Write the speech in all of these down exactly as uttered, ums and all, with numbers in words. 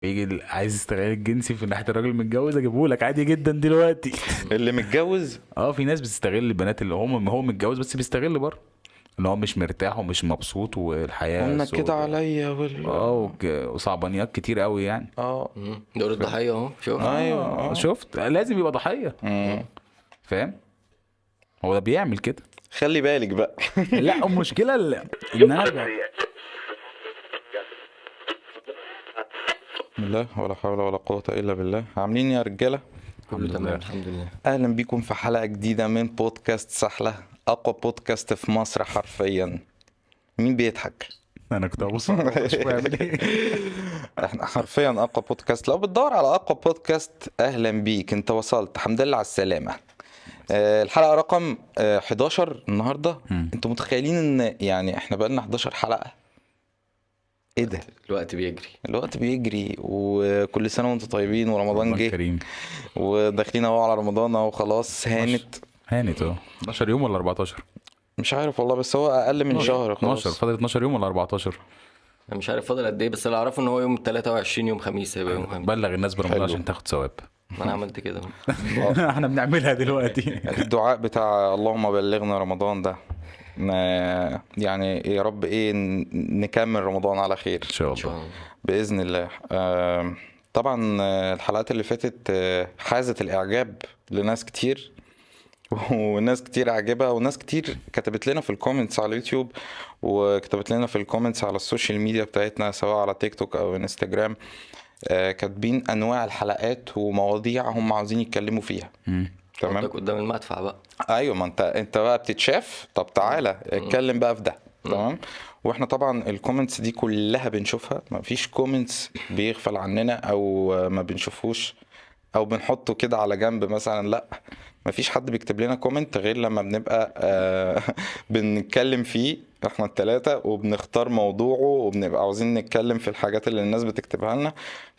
بيجي ال- عايز استغلال الجنسي في ناحيه الراجل المتجوز، اجيبه لك عادي جدا دلوقتي. اللي متجوز اه في ناس بتستغل البنات اللي هم هو متجوز بس بيستغل برضه، اللي هو مش مرتاح ومش مبسوط والحياه قلنا كده سودة. عليا وال اه وك- وصعبانيات كتير قوي يعني. اه مم. دور الضحيه اهو شوف. ايوه اه اه شفت لازم يبقى ضحيه. مم. فاهم. هو ده بيعمل كده. خلي بالك بقى. لا المشكله ال- ان انا ب- لا ولا حول ولا قوة إلا بالله. عاملين يا رجالة؟ كله الحمد تمام لله. الحمد لله. أهلا بيكم في حلقة جديدة من بودكاست سحلة، أقوى بودكاست في مصر حرفيا. مين بيضحك؟ انا كنت ابص اشوف يعمل ايه. احنا حرفيا أقوى بودكاست. لو بتدور على أقوى بودكاست أهلا بيك، أنت وصلت، الحمد لله على السلامة. آه، الحلقة رقم آه، حداشر النهاردة. مم. انتوا متخيلين ان يعني احنا بقالنا حداشر حلقة؟ ايه ده؟ الوقت بيجري. الوقت بيجري، وكل سنة وانتم طيبين، ورمضان رمضان جه كريم. وداخلين اهو على رمضان اهو، خلاص هانت. هانت اه اتناشر يوم ولا اربعتاشر؟ مش عارف والله، بس هو اقل من شهر اتناشر، خلاص. فاضل اتناشر يوم ولا اربعتاشر؟ انا مش عارف فاضل قد ايه، بس اللي اعرفه ان هو يوم تلاتة وعشرين، يوم خميس هيبقى يوم خميس. بلغ الناس برمضان حلو. عشان تاخد ثواب. ما انا عملت كده. احنا بنعملها دلوقتي. الدعاء بتاع اللهم بلغنا رمضان ده، ن- يعني يا رب ايه ن- نكمل رمضان على خير ان شاء ان شاء الله. الله. بإذن الله. آم، طبعا آه، الحلقات اللي فاتت آه، حازت الإعجاب لناس كتير. وناس كتير عجبها، وناس كتير كتبت لنا في الكومنتس على اليوتيوب، وكتبت لنا في الكومنتس على السوشيال ميديا بتاعتنا سواء على تيك توك او انستجرام، آه، كاتبين انواع الحلقات ومواضيع هم عاوزين يتكلموا فيها. مم. تمام. حطك قدام المدفع بقى. ايوه، ما انت انت بقى بتتشاف، طب تعالى اتكلم بقى في ده. تمام. واحنا طبعا الكومنتس دي كلها بنشوفها، ما فيش كومنتس بيغفل عننا او ما بنشوفوش او بنحطه كده على جنب مثلا، لا، ما فيش حد بيكتب لنا كومنت غير لما بنبقى آه بنتكلم فيه احنا التلاتة، وبنختار موضوعه، وبنبقى عاوزين نتكلم في الحاجات اللي الناس بتكتبها لنا.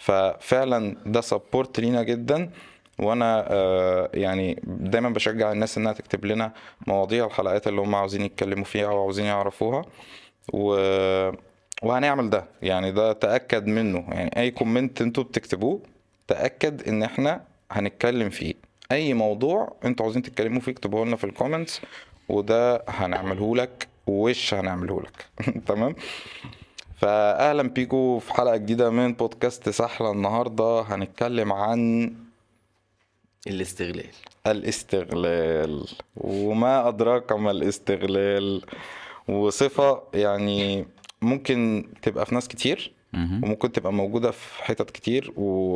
ففعلا ده سبورت لينا جدا. وانا آه يعني دايما بشجع الناس انها تكتب لنا مواضيع الحلقات اللي هم عاوزين يتكلموا فيها او عاوزين يعرفوها، و... وهنعمل ده. يعني ده تأكد منه، يعني اي كومنت انتوا بتكتبوه تأكد ان احنا هنتكلم فيه. اي موضوع انتوا عاوزين تتكلموا فيه اكتبوه لنا في الكومنتس، وده هنعمله لك، وش هنعمله لك. تمام. فاهلا بيكم في حلقة جديدة من بودكاست سحلة. النهاردة هنتكلم عن الاستغلال. الاستغلال، وما أدراك ما الاستغلال. وصفة يعني ممكن تبقى في ناس كتير، مهم. وممكن تبقى موجودة في حتت كتير،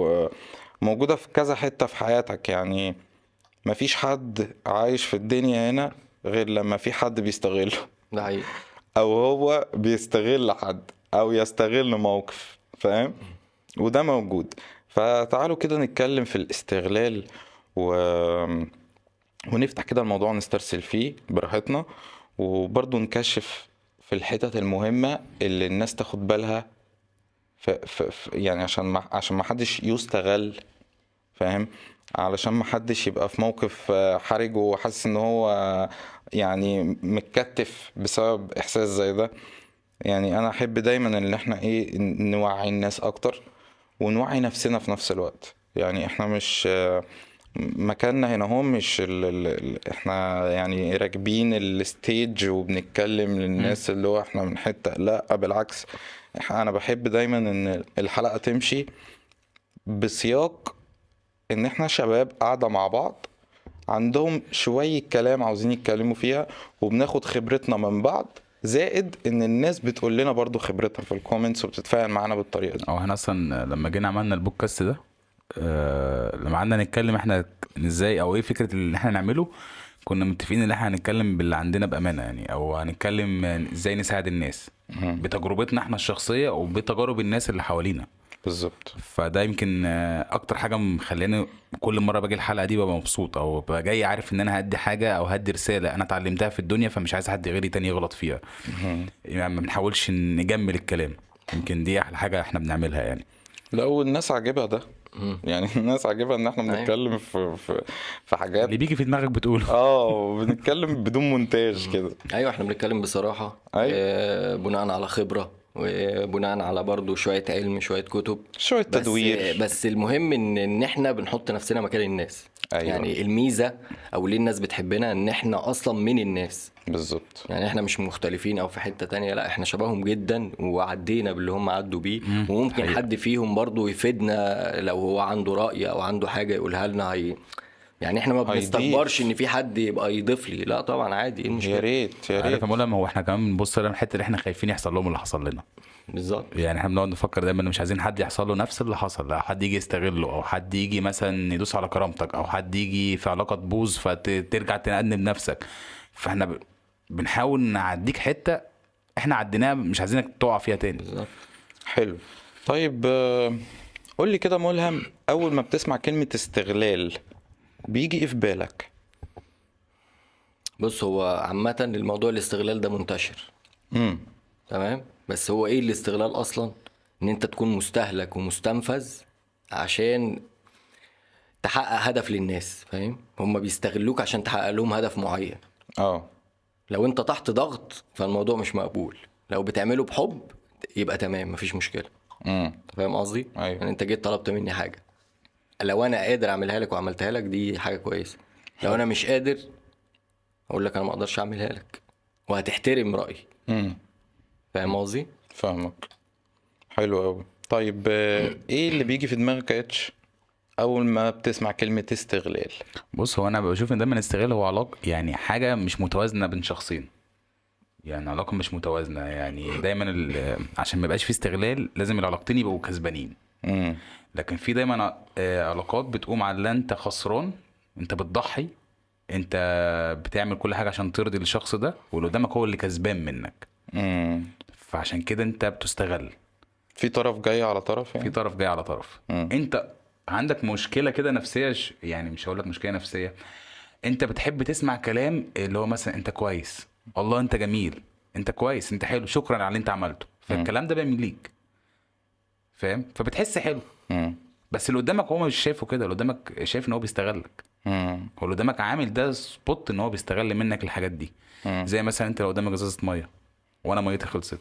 وموجودة في كذا حتة في حياتك. يعني مفيش حد عايش في الدنيا هنا غير لما في حد بيستغله، ده حقيقي. أو هو بيستغل حد، أو يستغل موقف. فاهم؟ وده موجود. فتعالوا كده نتكلم في الاستغلال، و... ونفتح كده الموضوع، نسترسل فيه براحتنا، وبرضو نكشف في الحتت المهمة اللي الناس تاخد بالها. ف... ف... ف... يعني عشان ما عشان ما حدش يستغل. فاهم؟ علشان ما حدش يبقى في موقف آه، حرج وحاسس ان هو آه، يعني متكتف بسبب احساس زي ده. يعني انا احب دايما ان احنا ايه ن- نوعي الناس اكتر، ونوعي نفسنا في نفس الوقت. يعني احنا مش آه، مكاننا هنا هو مش ال... ال... ال- احنا يعني راكبين الستيج وبنتكلم للناس اللي هو احنا من حتة، لا بالعكس. إح- انا بحب دايما ان الحلقة تمشي بسياق ان احنا شباب قاعدة مع بعض، عندهم شوية كلام عاوزين يتكلموا فيها، وبناخد خبرتنا من بعض، زائد ان الناس بتقول لنا برضو خبرتها في الكومنتس وبتتفاعل معانا بالطريقة دي. او احنا اصلا لما جينا عملنا البودكاست ده، آه لما قعدنا نتكلم احنا ازاي او ايه فكره اللي احنا نعمله، كنا متفقين ان احنا هنتكلم باللي عندنا بامانه يعني، او هنتكلم ازاي نساعد الناس مهم. بتجربتنا احنا الشخصيه وبتجارب الناس اللي حوالينا. بالظبط. فده يمكن آه، اكتر حاجه مخليني كل مره باجي الحلقه دي ببقى مبسوط، او ببقى جاي عارف ان انا هدي حاجه او هدي رساله انا اتعلمتها في الدنيا، فمش عايز حد غيري تاني يغلط فيها. مهم. يعني ما بنحاولش نجمل الكلام. يمكن دي احلى حاجه احنا بنعملها يعني. لو الناس عاجبها ده، مم. يعني الناس عاجبها ان احنا أيوة. بنتكلم في في في حاجات، اللي بيجي في دماغك بتقوله. اه بنتكلم بدون مونتاج كده. ايوه احنا بنتكلم بصراحه، ايوه. آه بناء على خبره وبناء على برضو شويه علم شويه كتب. شوية بس تدوير. بس المهم ان ان احنا بنحط نفسنا مكان الناس. أيوة. يعني الميزه او ليه الناس بتحبنا ان احنا اصلا من الناس. بالظبط. يعني احنا مش مختلفين او في حته تانية، لا احنا شبههم جدا وعدينا باللي هم عدوا بيه. وممكن حقيقة. حد فيهم برضو يفيدنا لو هو عنده راي او عنده حاجه يقولها لنا. هي يعني احنا ما هيضيف. بنستكبرش ان في حد يبقى يضيف لي، لا طبعا عادي، ايه يا المشكله؟ ريت يا عارف ريت. يا مولانا، ما هو احنا كمان بنبص للحته اللي احنا خايفين يحصل لهم اللي حصل لنا. بالظبط. يعني احنا بنقعد نفكر دايما إن مش عايزين حد يحصل له نفس اللي حصل، لا حد يجي يستغله، او حد يجي مثلا يدوس على كرامتك، او حد يجي في علاقه تبوظ فترجع تأنب نفسك. فاحنا ب- بنحاول نعديك حته احنا عديناها، مش عايزينك تقع فيها تاني. بالظبط. حلو. طيب آه، قول لي كده ملهم، اول ما بتسمع كلمة استغلال بيجي ايه في بالك؟ بص، هو عامه الموضوع الاستغلال ده منتشر، امم تمام. بس هو ايه الاستغلال اصلا؟ ان انت تكون مستهلك ومستنفذ عشان تحقق هدف للناس، فاهم؟ هم بيستغلوك عشان تحقق لهم هدف معين. اه لو انت تحت ضغط فالموضوع مش مقبول. لو بتعمله بحب يبقى تمام، مفيش مشكله. امم فاهم قصدي؟ أيوة. يعني انت جيت طلبت مني حاجه، لو انا قادر اعملها لك وعملتها لك دي حاجه كويسه. لو انا مش قادر اقول لك انا ما اقدرش اعملها لك، وهتحترم رايي. امم فاهم قصدي؟ فاهمك. حلو قوي. طيب آه، ايه اللي بيجي في دماغك يا اتش اول ما بتسمع كلمة استغلال؟ بص، هو انا بشوف ان دايما الاستغلال هو علاقه، يعني حاجه مش متوازنه بين شخصين. يعني علاقه مش متوازنه، يعني دايما ال- عشان ما يبقاش في استغلال لازم العلاقتين يبقوا كسبانين. امم لكن في دايما آه، علاقات بتقوم على اللي انت خسران، انت بتضحي، انت بتعمل كل حاجه عشان ترضي الشخص ده، واللي قدامك هو اللي كسبان منك. امم فعشان كده انت بتستغل. في طرف جاي على طرف في يعني. طرف جاي على طرف. مم. انت عندك مشكله كده نفسيه، ش- يعني مش هقول لك مشكله نفسيه، انت بتحب تسمع كلام اللي هو مثلا انت كويس، والله انت جميل، انت كويس، انت حلو، شكرا على اللي انت عملته. فالكلام ده بيعمل ليك، فاهم؟ فبتحس حلو. امم بس اللي قدامك هو مش شايفه كده، اللي قدامك شايف ان هو بيستغلك. امم هو اللي قدامك عامل ده سبوت ان هو بيستغل منك الحاجات دي. مم. زي مثلا انت لو قدامك ازازه ميه وانا ميتي خلصت،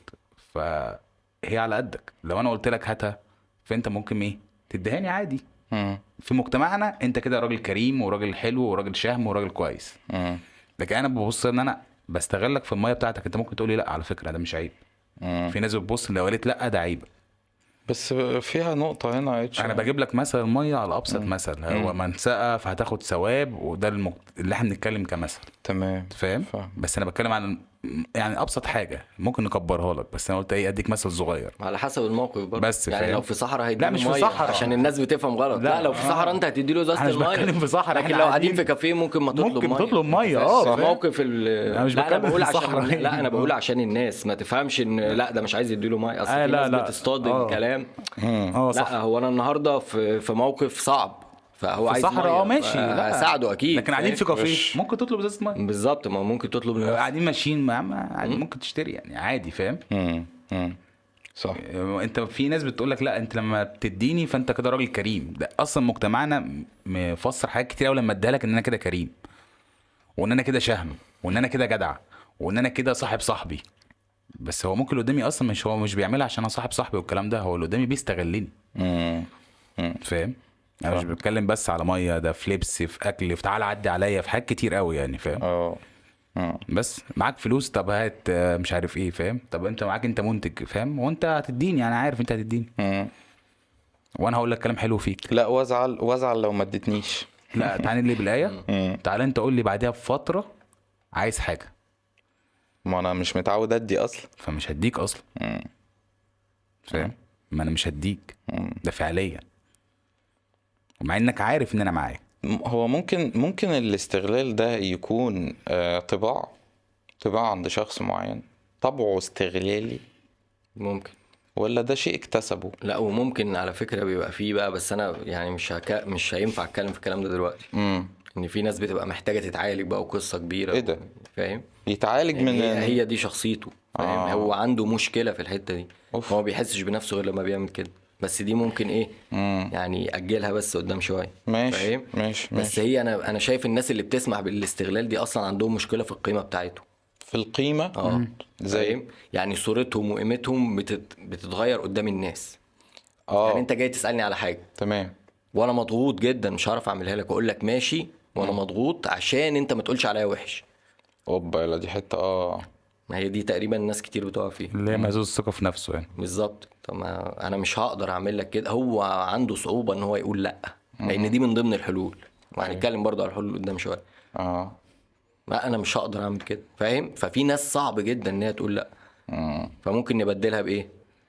فهي على قدك، لو انا قلت لك هاتها فانت ممكن ايه تدهاني عادي. امم في مجتمعنا انت كده راجل كريم وراجل حلو وراجل شهم وراجل كويس. امم لكن انا ببص ان انا بستغلك في الميه بتاعتك، انت ممكن تقولي لا على فكره ده مش عيب. امم في ناس بتبص لو قالت لا ده عيب. بس فيها نقطة هنا يا اتش. انا بجيب لك مثل الميه على ابسط مثل، هو من سقى فهتاخد ثواب، وده المك... اللي احنا بنتكلم كمثل. تمام. فاهم؟ فاهم. بس انا بتكلم عن يعني ابسط حاجه ممكن نكبرها لك، بس انا قلت ايه اديك مثل صغير. على حسب الموقف برضه. بس يعني فاهم؟ لو في صحراء هيديله لا، مش في مية صحراء. عشان الناس بتفهم غلط. لا, لا. لا لو في صحراء انت هتديله ازازه انا مش الميه. بتكلم في صحراء، لكن احنا لو قاعدين قاعدين في كافيه ممكن ما تطلب ممكن ميه. تطلب ميه، اه في فاهم؟ موقف ال أنا مش لا انا بتكلم بقول في عشان الصحراء. لا انا بقول عشان الناس ما تفهمش ان لا ده مش عايز يديله ميه. اصل آه في لا، ناس لا. بتصطاد آه. الكلام. اه صح. لا هو انا النهارده في في موقف صعب، فهو في عايز صحراء ميه، اه ماشي، لا هساعده اكيد. لكن قاعدين في فاهم؟ كافيه مش- ممكن تطلب ازازه ميه. بالظبط، ما هو ممكن تطلب لنفسك. قاعدين ماشيين مع ما عادي ممكن تشتري يعني عادي، فاهم؟ امم امم صح. انت في ناس بتقول لك لا انت لما بتديني فانت كده راجل كريم. ده اصلا مجتمعنا مفسر حاجات كتير قوي لما اديها لك ان انا كده كريم، وان انا كده شهم، وان انا كده جدع، وان انا كده صاحب صاحبي. بس هو ممكن اللي قدامي اصلا مش هو مش بيعملها عشان انا صاحب صاحبي والكلام ده، هو اللي قدامي بيستغلني. امم فاهم؟ انا مش بتكلم بس على ميه، ده في لبس، في اكل، في تعالى عدي عليا، في حاجات كتير قوي يعني، فاهم؟ اه اه بس معاك فلوس، طب هات آه، مش عارف ايه، فاهم؟ طب انت معاك، انت منتج، فاهم؟ وانت هتديني، انا عارف انت هتديني، مم. وانا هقول لك كلام حلو فيك. لا، وازعل وازعل لو ما اديتنيش. لا تعالى لي بالايه، مم. تعالى انت قول لي بعدها بفتره عايز حاجه، ما انا مش متعود ادي اصلا. فمش هديك اصلا. مم. فاهم؟ ما انا مش هديك، مم. ده فعليا، ومع انك عارف ان انا معاك. م- هو ممكن ممكن الاستغلال ده يكون آه، طباع طباع عند شخص معين، طبعه استغلالي، ممكن. ولا ده شيء اكتسبه؟ لا وممكن على فكره بيبقى فيه بقى، بس انا يعني مش هك... مش هينفع اتكلم في الكلام ده دلوقتي. امم ان في ناس بتبقى محتاجه تتعالج بقى وقصه كبيره. إيه ده؟ فاهم؟ يتعالج من هي, هي دي شخصيته. فاهم؟ آه. هو عنده مشكله في الحته دي. أوف. هو بيحسش بنفسه غير لما بيعمل كده. بس دي ممكن ايه مم. يعني اجلها بس قدام شويه. ماشي فاهم؟ ماشي بس ماشي هي انا انا شايف الناس اللي بتسمح بالاستغلال دي اصلا عندهم مشكله في القيمه بتاعته. في القيمة اه زي فاهم؟ يعني صورتهم وقيمتهم بتت... بتتغير قدام الناس. اه يعني انت جاي تسالني على حاجه تمام. وانا مضغوط جدا مش هعرف اعملها لك، اقول لك ماشي وانا مضغوط عشان انت ما تقولش عليا وحش. اوبا يلا دي حتة اه ما هي دي تقريبا الناس كتير بتقع فيها. اللي هي مهزوز الثقه في نفسه يعني. بالظبط. طب ما انا مش هقدر اعمل لك كده، هو عنده صعوبه ان هو يقول لا، لان دي من ضمن الحلول، وهنتكلم برضه على الحلول قدام شويه. اه لا انا مش هقدر اعمل كده، فاهم؟ ففي ناس صعب جدا ان هي تقول لا، مم. فممكن نبدلها بايه؟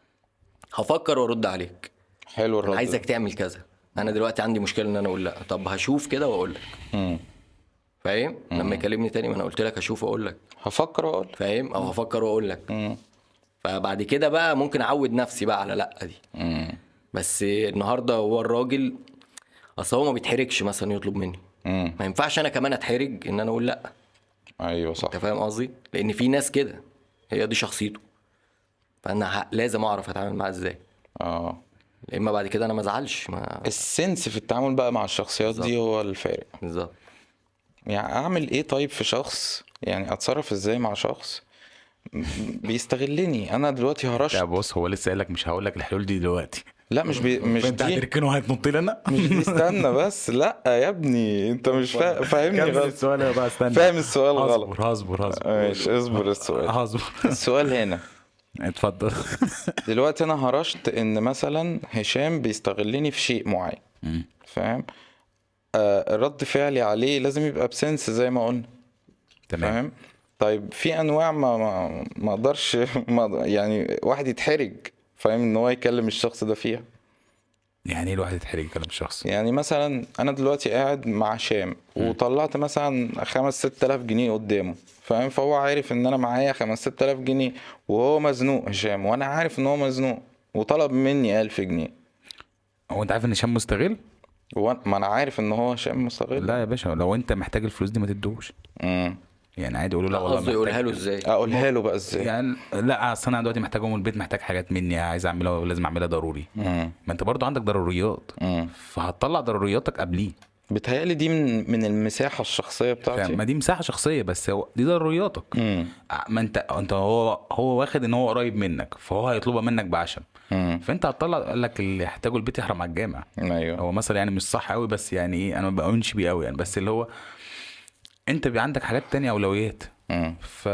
هفكر وارد عليك، حلو الرد انا ده. عايزك تعمل كذا، انا دلوقتي عندي مشكله ان انا اقول لا، طب هشوف كده واقول لك. مم. فاهم؟ لما يكلمني تاني ما انا قلت لك هشوف واقول لك، هفكر واقول. فاهم؟ او هفكر واقول لك. مم. فبعد كده بقى ممكن اعود نفسي بقى على لا دي. مم. بس النهارده هو الراجل اصل هو ما بيتحرجش مثلا يطلب مني، مم. ما ينفعش انا كمان اتحرج ان انا اقول لا. ايوه صح. انت فاهم قصدي؟ لان في ناس كده هي دي شخصيته، فانا ه- لازم اعرف اتعامل معاه ازاي، اه يا اما بعد كده انا ما ازعلش. ما السنس في التعامل بقى مع الشخصيات دي بالظبط. هو الفارق. بالظبط. يعني اعمل ايه طيب في شخص، يعني اتصرف ازاي مع شخص م- بيستغلني انا دلوقتي لا هرشت. بص، هو لسه قايل لك مش هقول لك الحلول دي دلوقتي. لا مش بي... مش فانت دي هتركنه وهتنط لي انا. مش دي استنى بس، لا يا ابني انت مش فا... فاهمني كمل غلط. السؤال بقى، استنى. فاهم السؤال غلط. هصبر هصبر هصبر ماشي اصبر. السؤال هصبر. السؤال هنا اتفضل. دلوقتي انا هرشت ان مثلا هشام بيستغلني في شيء معين، مم. فاهم؟ آه رد فعلي عليه لازم يبقى بسنس زي ما قلنا، تمام. فاهم؟ طيب في انواع ما ما ما اقدرش ما أقدر- يعني واحد يتحرج، فاهم، ان هو يكلم الشخص ده فيها. يعني ايه الواحد يتحرج يكلم الشخص؟ يعني مثلا انا دلوقتي قاعد مع هشام وطلعت مثلا خمس ست الاف جنيه قدامه، فاهم؟ فهو عارف ان انا معايا خمس ست الاف جنيه وهو مزنوق هشام، وانا عارف ان هو مزنوق وطلب مني الف جنيه. هو انت عارف ان هشام مستغل؟ وأنا- ما انا عارف ان هو هشام مستغل. لا يا باشا، لو انت محتاج الفلوس دي ما تدوش. امم يعني عادي قولوا لا والله قصده يقولها له محتاج. ازاي؟ اقولها له بقى ازاي؟ يعني لا، اصل انا دلوقتي محتاج من البيت، محتاج حاجات مني عايز اعملها ولازم اعملها ضروري. امم ما انت برضو عندك ضروريات، امم فهتطلع ضرورياتك قبليه. بتهيألي دي من من المساحة الشخصية فاهم؟ بتاعتي. ما دي مساحه شخصيه، بس هو دي ضرورياتك. امم ما انت انت هو هو واخد ان هو قريب منك، فهو هيطلبها منك بعشم. امم فانت هتطلع، قال لك اللي يحتاجه البيت يحرم على الجامع. ايوه. هو مثلا يعني مش صح قوي، بس يعني ايه، انا ما بؤمنش بيه قوي يعني، بس اللي هو انت بيبقى عندك حاجات تانية اولويات. امم ف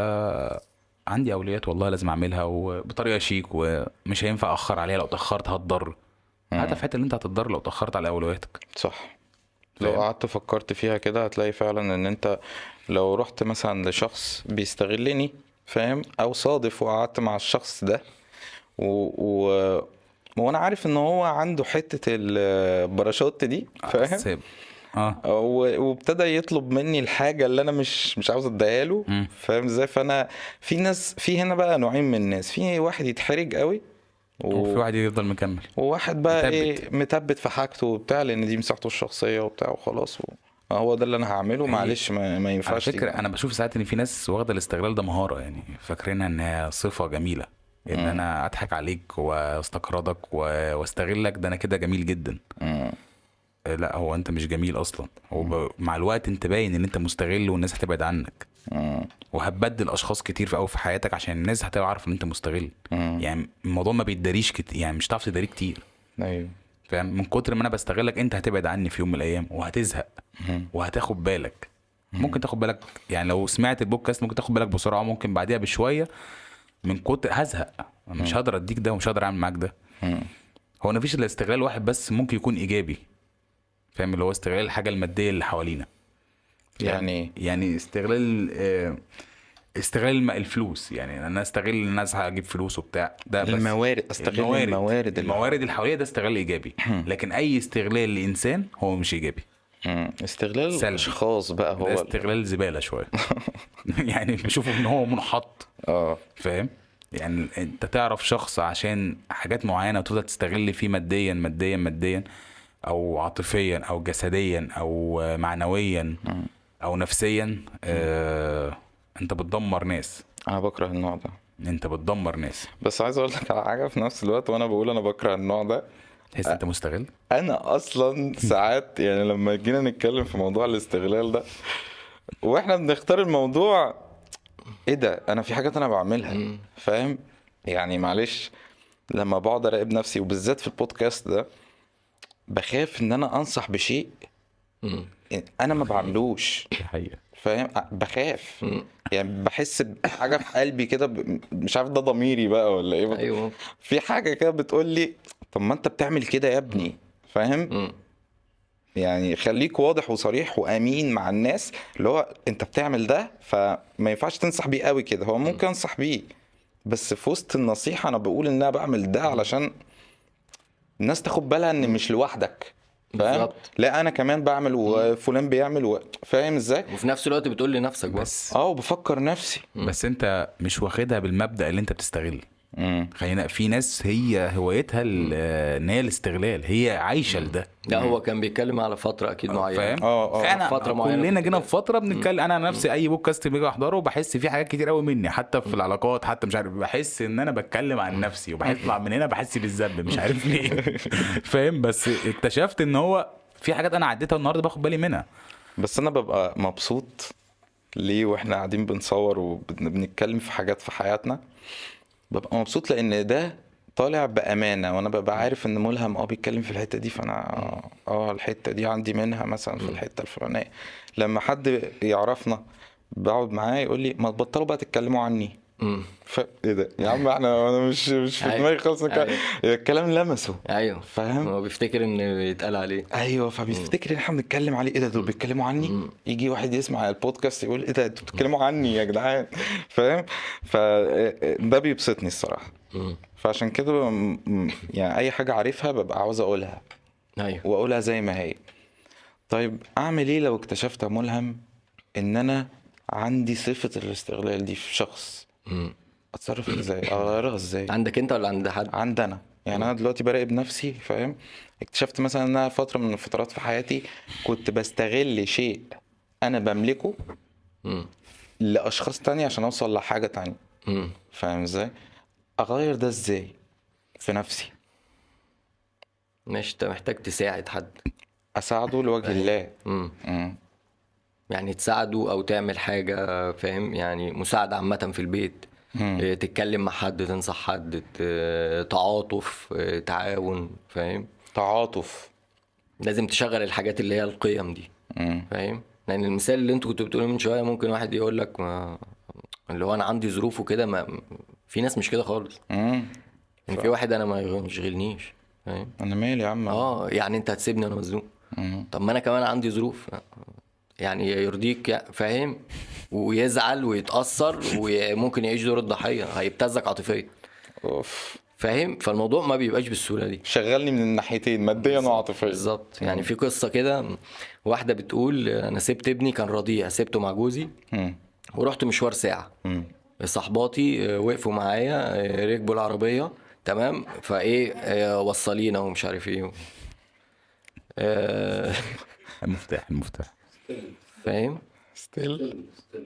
عندي اولويات والله لازم اعملها وبطريقه شيك، ومش هينفع اخر عليها، لو اتاخرت هتضر. حتى في حته اللي انت هتضر لو اتاخرت على اولوياتك. صح. لو فاهم؟ قعدت فكرت فيها كده هتلاقي فعلا ان انت لو رحت مثلا لشخص بيستغلني، فاهم، او صادف وقعدت مع الشخص ده و... و... وانا عارف ان هو عنده حتة الباراشوت دي، فاهم، سيب. اه و- وابتدى يطلب مني الحاجة اللي انا مش مش عاوز اديها له، مم. فاهم ازاي؟ فانا في ناس، في هنا بقى نوعين من الناس، في واحد يتحرج قوي وفي و... واحد يفضل مكمل. وواحد بقى متبت. ايه متبت في حاجته وبتاع، لان دي مساحته الشخصيه وبتاع وخلاص و... هو ده اللي انا هعمله، معلش ما, ما على ينفعش فكره تيجي. انا بشوف ساعات ان في ناس واخده الاستغلال ده مهاره، يعني فاكرينها انها صفه جميله، ان مم. انا اضحك عليك واستقرضك و- واستغلك، ده انا كده جميل جدا. مم. آه، لا هو انت مش جميل اصلا. هو ب... مع الوقت انت باين ان انت مستغل، والناس هتبعد عنك، مم. وهتبدل اشخاص كتير في قوي في حياتك عشان الناس هتعرف ان انت مستغل. مم. يعني الموضوع ما بيتداريش كتير، يعني مش هتعرف تداريه كتير. ايوه. فاهم؟ من كتر ما انا بستغلك انت هتبعد عني في يوم من الايام، وهتزهق مم. وهتاخد بالك. ممكن تاخد بالك، يعني لو سمعت البودكاست ممكن تاخد بالك بسرعه، ممكن بعديها بشويه من كتر هزهق، مش هقدر اديك ده ومش هقدر اعمل معاك ده. مم. هو مفيش الا استغلال واحد بس ممكن يكون ايجابي، فاهم؟ اللي هو استغلال الحاجه الماديه اللي حوالينا. يعني ايه؟ يعني استغلال آه، استغلال الم- الفلوس، يعني انا استغل ان الناس هجيب فلوس وبتاع ده، بس الموارد، استغل الموارد الموارد اللي- الموارد الحواليه ده استغلال ايجابي. لكن اي استغلال لانسان هو مش ايجابي، مم. استغلال سلبي. الاشخاص بقى هو ده ال- استغلال زباله شويه. يعني بشوفه ان هو منحط. اه فاهم؟ يعني انت تعرف شخص عشان حاجات معينه وتفضل تستغل فيه ماديا ماديا ماديا، او عاطفيا او جسديا او معنويا او نفسيا. آه، انت بتدمر ناس. انا بكره النوع ده، انت بتدمر ناس. بس عايز اقول لك على حاجه في نفس الوقت، وانا بقول انا بكره النوع ده، تحس انت مستغل. انا اصلا ساعات يعني لما جينا نتكلم في موضوع الاستغلال ده واحنا بنختار الموضوع، ايه ده، انا في حاجات انا بعملها، فاهم؟ يعني معلش، لما بقعد اراقب نفسي وبالذات في البودكاست ده، بخاف ان انا انصح بشيء مم. انا ما بعملوش، دي حقيقة. فاهم؟ بخاف، يعني بحس بحاجه في قلبي كده، ب- مش عارف ده ضميري بقى ولا ايه. ايوه. في حاجه كده بتقول لي طب ما انت بتعمل كده يا ابني، فاهم؟ مم. يعني خليك واضح وصريح وامين مع الناس، اللي هو انت بتعمل ده فما ينفعش تنصح بيه قوي كده. هو ممكن انصح بيه، بس في وسط النصيحه انا بقول ان انا بعمل ده علشان الناس تاخد بالها ان مش لوحدك، فاهم؟ بالظبط. لا انا كمان بعمل وفلان بيعمل و... فاهم ازاي؟ وفي نفس الوقت بتقول لنفسك بس. بس اه وبفكر نفسي. بس انت مش واخدها بالمبدأ اللي انت بتستغل. امم خلينا في ناس هي هوايتها ال- آه، ان هي الاستغلال، هي عايشه لده. لا هو كان بيتكلم على فتره اكيد معينه. فاهم. اه اه انا فترة معينة كلنا كنت جينا كده. في فتره بنتكلم، انا عن نفسي اي بودكاست باجي احضره بحس فيه حاجات كتير قوي مني، حتى في العلاقات، حتى مش عارف، بحس ان انا بتكلم عن نفسي وبطلع من هنا بحس بالذنب مش عارف ليه. فاهم. بس اكتشفت ان هو في حاجات انا عديتها النهارده باخد بالي منها. بس انا ببقى مبسوط ليه واحنا قاعدين بنصور وبنتكلم في حاجات في حياتنا، ببقى مبسوط لان ده طالع بامانه، وانا ببقى عارف ان ملهم اه بيتكلم في الحته دي، فانا اه الحته دي عندي منها مثلا في الحته الفلانيه. لما حد يعرفنا بقعد معاه يقول لي ما تبطلوا بقى تتكلموا عني. مم. ف... ايه ده يا عم، احنا انا مش مش في أيوة. دماغي خالص الك- أيوة. الكلام لمسه، ايوه فاهم؟ هو بيفتكر ان يتقال عليه. ايوه، فبيفتكر ان احنا بنتكلم عليه. ايه ده، دول بيتكلموا عني؟ يجي واحد يسمع البودكاست يقول ايه ده انتوا بتتكلموا عني يا جدعان، فاهم؟ فده بيبسطني الصراحه. مم. فعشان كده م- م- يعني اي حاجه عارفها ببقى عاوز اقولها ايوه. واقولها زي ما هي. طيب اعمل ايه لو اكتشفت يا ملهم ان انا عندي صفه الاستغلال دي في شخص؟ مم. اتصرف ازاي، اغيرها ازاي؟ عندك انت ولا عند حد؟ عندي انا. يعني انا دلوقتي براقب نفسي، فاهم؟ اكتشفت مثلا ان انا فتره من الفترات في حياتي كنت بستغل شيء انا بملكه مم. لاشخاص تانية عشان اوصل لحاجه تانية، مم. فاهم ازاي؟ اغير ده ازاي في نفسي؟ مش انت محتاج تساعد حد. اساعده لوجه الله. مم. مم. يعني تساعده او تعمل حاجه، فاهم؟ يعني مساعده عامه في البيت. مم. إيه، تتكلم مع حد، تنصح حد، ت- تعاطف، إيه، تعاون، فاهم؟ تعاطف. لازم تشغل الحاجات اللي هي القيم دي، مم. فاهم؟ لان المثال اللي انتوا كنتوا بتقولوه من شويه ممكن واحد يقول لك ما اللي هو انا عندي ظروف وكده، ما في ناس مش كده خالص. مم. يعني في واحد انا ما يشغلنيش، فاهم؟ انا مالي يا عم. اه يعني انت هتسيبني وانا مزنوق؟ مم. طب ما انا كمان عندي ظروف، يعني يرضيك يا- فاهم؟ ويزعل ويتأثر وممكن يعيش دور الضحية، هيبتزك عاطفيا، اوف. فاهم؟ فالموضوع ما بيبقاش بالسهولة دي. شغلني من الناحيتين، ماديا وعاطفيا. بالظبط. يعني في قصة كده، واحدة بتقول انا سبت ابني كان رضيع، سبته مع جوزي مم. ورحت مشوار ساعة. مم. صحباتي آه، وقفوا معايا، آه، ركبوا العربية، تمام؟ فايه آه، وصلينا ومش عارف ايه. آه، المفتاح المفتاح فاهم؟ ستيل.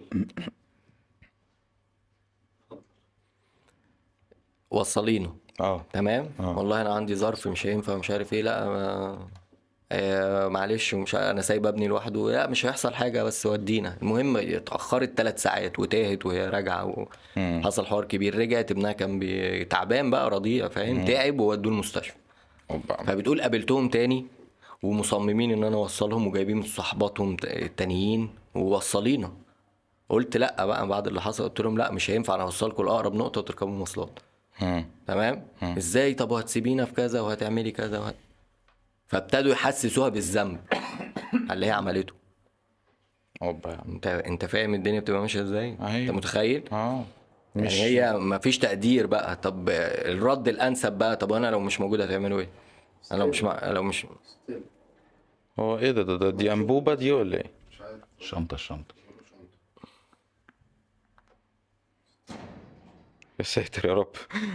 وصلينه، اه. تمام. آه. والله انا عندي ظرف مش هينفع مش عارف ايه، لا ما... آه معلش ومش ع- انا سايب ابني لوحده، لا مش هيحصل حاجه بس ودينا. المهم اتاخرت ثلاث ساعات وتاهت وهي راجعه وحصل حوار كبير. رجعت ابنها كان بي... تعبان بقى، رضيع، فاهم؟ تعب وودوه المستشفى. أوبا. فبتقول قابلتهم تاني ومصممين ان انا اوصلهم وجايبين صحباتهم ت- التانيين ووصلينا. قلت لا بقى بعد اللي حصل، قلت لهم لا مش هينفع، انا اوصلكم لاقرب نقطه وتركبوا مواصلات. مم. تمام. ازاي؟ طب وهتسيبينا في كذا وهتعملي كذا وهت... فابتدوا يحسسوها بالذنب على اللي هي عملته. اوبا يا عم. انت انت فاهم الدنيا بتبقى ماشيه ازاي؟ انت أيوة. متخيل؟ اه. يعني مش هي مفيش تقدير بقى. طب الرد الانسب بقى، طب انا لو مش موجود هتعملوا ايه؟ انا لو مش مع... لو مش هو ايه ده ده, ده دي انبوبه دي ولا ايه؟ الشنطه الشنطه يا ساتر يا رب.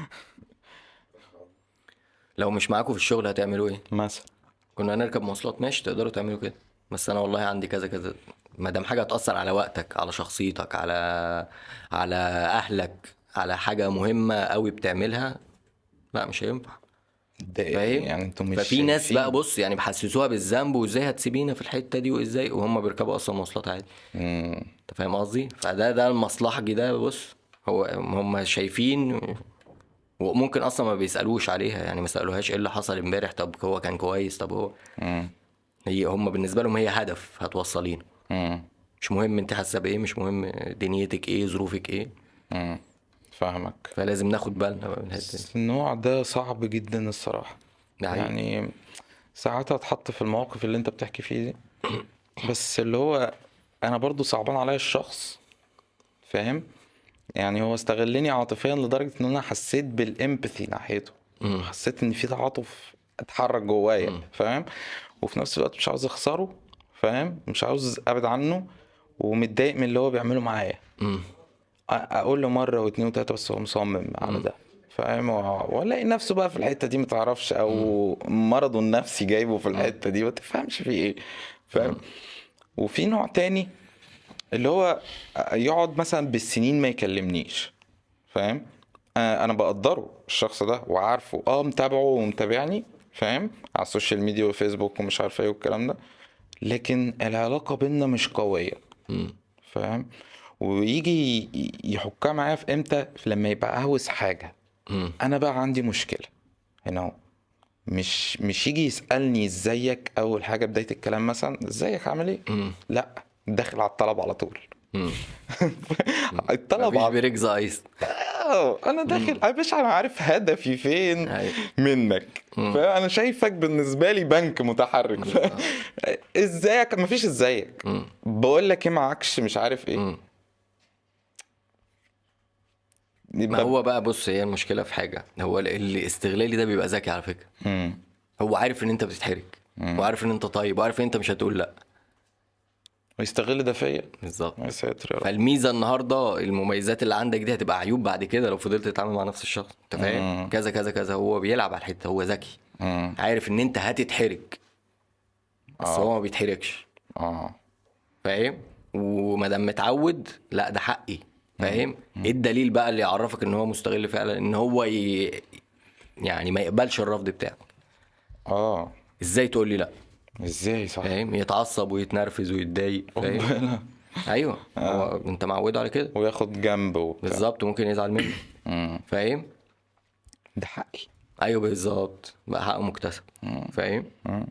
لو مش معاكم في الشغل هتعملوا ايه؟ مثلا. كنا هنركب مواصلات، ماشي تقدروا تعملوا كده، بس انا والله عندي كذا كذا. ما دام حاجه هتاثر على وقتك، على شخصيتك، على على اهلك، على حاجه مهمه قوي بتعملها، لا مش هينفع. ده فاهم؟ يعني انتوا مش ففي ناس شايفين. بقى بص يعني بحسسوها بالذنب، وازاي هتسيبينا في الحته دي وازاي، وهم بيركبوا اصلا مواصلات عادي. مم. انت فاهم قصدي؟ فده ده المصلحجي ده. بص هو هم شايفين، وممكن اصلا ما بيسالوش عليها، يعني ما سالوهاش ايه اللي حصل امبارح، طب هو كان كويس، طب هو مم. هي هم بالنسبه لهم هي هدف هتوصلينا. مم. مش مهم انت حاسه بايه، مش مهم دنيتك ايه، ظروفك ايه. مم. فاهمك. فلازم ناخد بالنا بقى من الحته دي. بس النوع ده صعب جدا الصراحة. ده حقيقي. يعني ساعات هتحط في المواقف اللي انت بتحكي فيه دي، بس اللي هو انا برضو صعبان عليا الشخص، فاهم؟ يعني هو استغلني عاطفيا لدرجة ان انا حسيت بالامباثي ناحيته، مم. حسيت ان في تعاطف اتحرك جوايا، فاهم؟ وفي نفس الوقت مش عاوز اخسره، فاهم؟ مش عاوز ابعد عنه، ومتضايق من اللي هو بيعمله معايا. مم. أ- اقول له مره واثنين وثلاثه بس هو مصمم على ده، فاهم؟ و- والاقي نفسه بقى في الحته دي متعرفش، او مرضه النفسي جايبه في الحته دي ما تفهمش في ايه، فاهم؟ وفي نوع تاني اللي هو يقعد مثلا بالسنين ما يكلمنيش، فاهم؟ آه، انا بقدره الشخص ده وعارفه، اه متابعه ومتابعني، فاهم؟ على السوشيال ميديا وفيسبوك ومش عارف ايه والكلام ده، لكن العلاقه بينا مش قويه، مم. فاهم؟ ويجي ي- يحكها معايا في امتى؟ في لما يبقى عاوز حاجه. مم. انا بقى عندي مشكله هنا اهو، مش مش يجي يسالني ازيك اول حاجه بدايه الكلام، مثلا ازيك عامل ايه، مم. لا داخل على الطلب على طول. مم. الطلب مفيش على بريك زايز. آه، انا داخل يا باشا، انا عارف هدفي فين أيوة. منك، فانا شايفك بالنسبه لي بنك متحرك، ف... ازيك؟ مفيش ازيك، مم. بقول لك ايه معكش مش عارف ايه. مم. ما يبقى هو بقى بص، هي المشكله في حاجه، هو ال- الاستغلالي ده بيبقى ذكي على فكره. مم. هو عارف ان انت بتتحرك، وعارف ان انت طيب، وعارف ان انت مش هتقول لا. ويستغل ده فيا. بالظبط. يا ساتر يا رب. فالميزه النهارده، المميزات اللي عندك دي هتبقى عيوب بعد كده لو فضلت تتعامل مع نفس الشخص. انت فاهم؟ كذا كذا كذا. هو بيلعب على الحته، هو ذكي، مم. عارف ان انت هتتحرك، بس آه. هو ما بيتحركش. اه فاهم؟ وما دام متعود، لا ده حقي. فاهم؟ ايه الدليل بقى اللي يعرفك ان هو مستغل فعلا؟ ان هو ي... يعني ما يقبلش الرفض بتاعك. اه ازاي تقول لي لا؟ ازاي صح. فاهم؟ يتعصب ويتنرفز ويتضايق. فاهم؟ ربنا. ايوه. هو انت معوده على كده. وياخد جنب وبتاع. بالظبط. ممكن يزعل منك. مم. فاهم؟ ده حقي. ايوه بالظبط، بقى حقه مكتسب. فاهم؟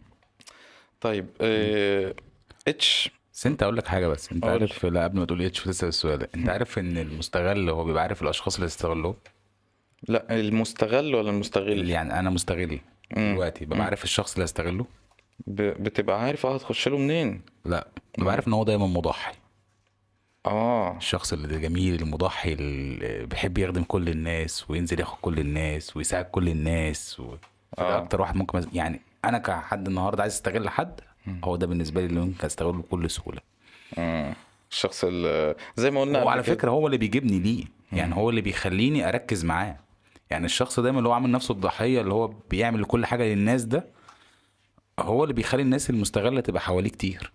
طيب اه... اتش. بس انت اقول لك حاجه، بس انت قول. عارف، لا قبل ما تقول اتش تسال السؤال، انت عارف ان المستغل هو بيبقى عارف الاشخاص اللي استغلوه؟ لا المستغل ولا المستغل؟ اللي يعني انا مستغل دلوقتي ببقى عارف الشخص اللي استغله؟ ب... بتبقى عارف اه هتخش له منين. لا، ببقى عارف ان هو دايما مضحي. اه الشخص اللي جميل المضحي اللي بيحب يخدم كل الناس وينزل ياخد كل الناس ويساعد كل الناس و... ده آه. اكتر واحد ممكن مز... يعني انا كحد النهارده عايز استغل حد، هو ده بالنسبه لي اللي ممكن استغله بكل سهوله. مم. الشخص اللي زي ما قلنا هو قبل على كده. فكره هو اللي بيجيبني ليه، يعني هو اللي بيخليني اركز معاه. يعني الشخص دايما اللي هو عامل نفسه الضحيه، اللي هو بيعمل كل حاجه للناس، ده هو اللي بيخلي الناس المستغله تبقى حواليه كتير.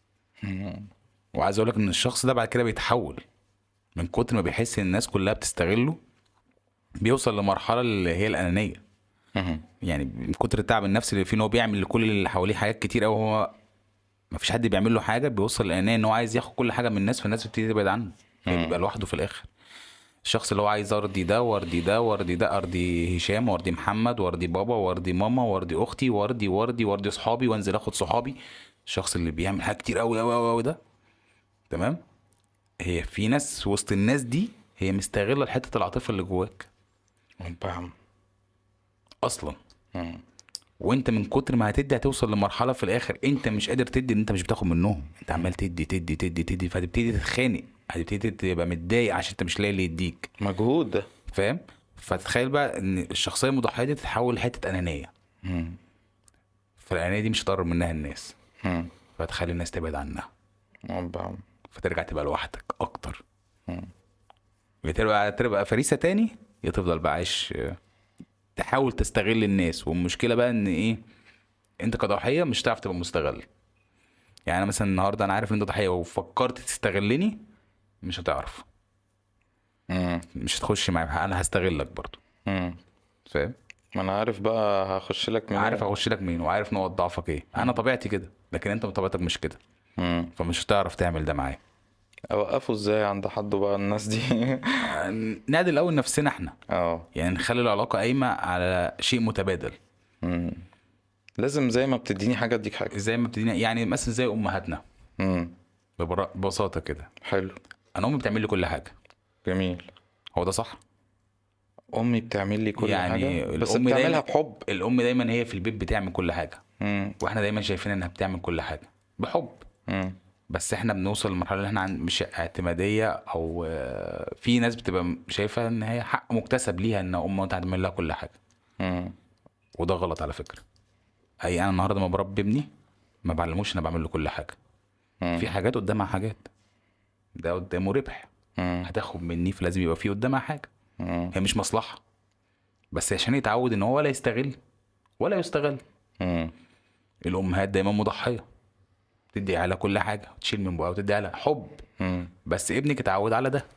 وعايز اقول لك ان الشخص ده بعد كده بيتحول من كتر ما بيحس ان الناس كلها بتستغله، بيوصل لمرحله اللي هي الانانيه. مم. يعني من كتر التعب النفسي اللي فيه ان هو بيعمل لكل اللي حواليه حاجات كتير قوي، هو ما فيش حد بيعمل له حاجه، بيوصل للانانيه ان هو عايز ياخد كل حاجه من الناس، فالناس بتبتدي تبعد عنه، بيبقى لوحده في الاخر. الشخص اللي هو عايز ارضي ده وارضي ده وارضي ده، ارضي هشام وارضي محمد وارضي بابا وارضي ماما وارضي اختي وارضي وارضي وارضي صحابي وانزل اخد صحابي، الشخص اللي بيعمل حاجات كتير قوي قوي قوي ده، تمام؟ هي في ناس وسط الناس دي هي مستغله حته العاطفه اللي جواك بام. اصلا. مم. وانت من كتر ما هتدي هتوصل لمرحله في الاخر انت مش قادر تدي، ان انت مش بتاخد منهم، انت عمال تدي تدي تدي تدي، فهتبتدي تتخانق، هتبتدي تبقى متضايق عشان انت مش لاقي اللي يديك. مجهود ده. فاهم؟ فتخيل بقى ان الشخصيه المضحيه دي تتحول لحته انانيه، مم. فالانانيه دي مش هتقرب منها الناس، مم. فتخلي الناس تبعد عنها، بام. فترجع تبقى لوحدك اكتر. يا تبقى تبقى فريسه تاني، يا تفضل بقى عايش تحاول تستغل الناس. والمشكله بقى ان ايه، انت كضحيه مش هتعرف تبقى مستغل. يعني انا مثلا النهارده انا عارف ان انت ضحيه وفكرت تستغلني، مش هتعرف، مم. مش هتخش معايا، انا هستغلك برضو. مم. فاهم؟ ما انا عارف بقى هخش لك من عارف اخش لك مين وعارف نقط ضعفك ايه. انا طبيعتي كده، لكن انت طبيعتك مش كده، مم. فمش هتعرف تعمل ده معايا. اوقفه ازاي عند حد بقى الناس دي؟ نعدل الاول نفسنا احنا، اه. يعني نخلي العلاقه قايمه على شيء متبادل. مم. لازم زي ما بتديني حاجه اديك حاجه. زي ما ابتدينا يعني مثلا زي امهاتنا، امم. ببر- ببساطه كده. حلو. انا امي بتعمل لي كل حاجه، جميل. هو ده صح؟ امي بتعمل لي كل يعني حاجه بس الام بتعملها دايما بحب. الام دايما هي في البيت بتعمل كل حاجه، امم. واحنا دايما شايفين انها بتعمل كل حاجه بحب. امم. بس احنا بنوصل لمرحله اللي احنا عن مش اعتماديه، او آه، في ناس بتبقى شايفه ان هي حق مكتسب ليها ان امها تعمل لها كل حاجه، امم. وده غلط على فكره. اي انا النهارده ما بربي ابني ما بعلموش ان انا بعمل له كل حاجه. في حاجات قدامها حاجات، ده قدامه ربح هتاخد مني، فلازم يبقى فيه قدامها حاجه. هي مش مصلحه، بس عشان يتعود ان هو ولا يستغل ولا يستغل. امم. الامهات دايما مضحيه، تدي على كل حاجه وتشيل من بقى وتدي على حب. امم. بس ابنك اتعود على ده،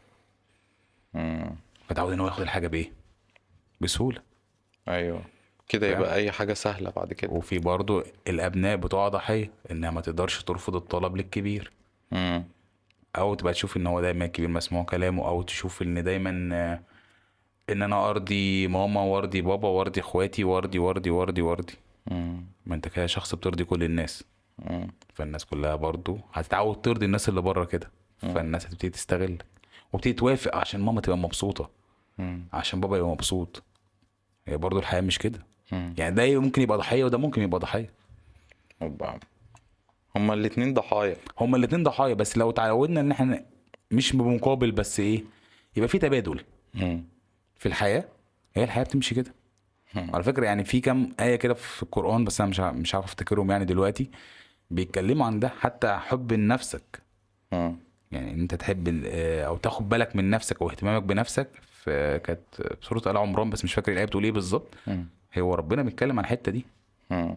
امم. فتعود ان هو ياخد الحاجه بايه؟ بسهوله. ايوه كده فاهم؟ يبقى اي حاجه سهله بعد كده. وفي برضو الابناء بتوع ضحيه، انها ما تقدرش ترفض الطلب للكبير، امم. او تبقى تشوف ان هو دايما الكبير مسموع كلامه، او تشوف ان دايما آه، ان انا ارضي ماما وارضي بابا وارضي اخواتي وارضي وارضي وارضي وارضي. امم. ما انت كده شخص بترضي كل الناس، امم. فالناس كلها برضو هتتعود ترضي الناس اللي بره كده، فالناس هتبتدي تستغلك وبتبتدي توافق عشان ماما تبقى مبسوطه، عشان بابا يبقى مبسوط. هي برضو الحياه مش كده. يعني ده ممكن يبقى ضحيه وده ممكن يبقى ضحيه. أوبا. هما الاتنين ضحايا. هما الاتنين ضحايا، بس لو تعودنا ان احنا مش بمقابل بس ايه، يبقى في تبادل امم. في الحياه. هي الحياه بتمشي كده على فكره. يعني في كام ايه كده في القران، بس انا مش ع- مش عارف افتكرهم يعني دلوقتي، بيتكلموا عن ده. حتى حب لنفسك، امم. يعني ان انت تحب ال- آه، او تاخد بالك من نفسك او اهتمامك بنفسك. في كانت سوره ال عمران، بس مش فاكر الايه بتقول ايه بالظبط. هو ربنا بيتكلم عن الحته دي، امم.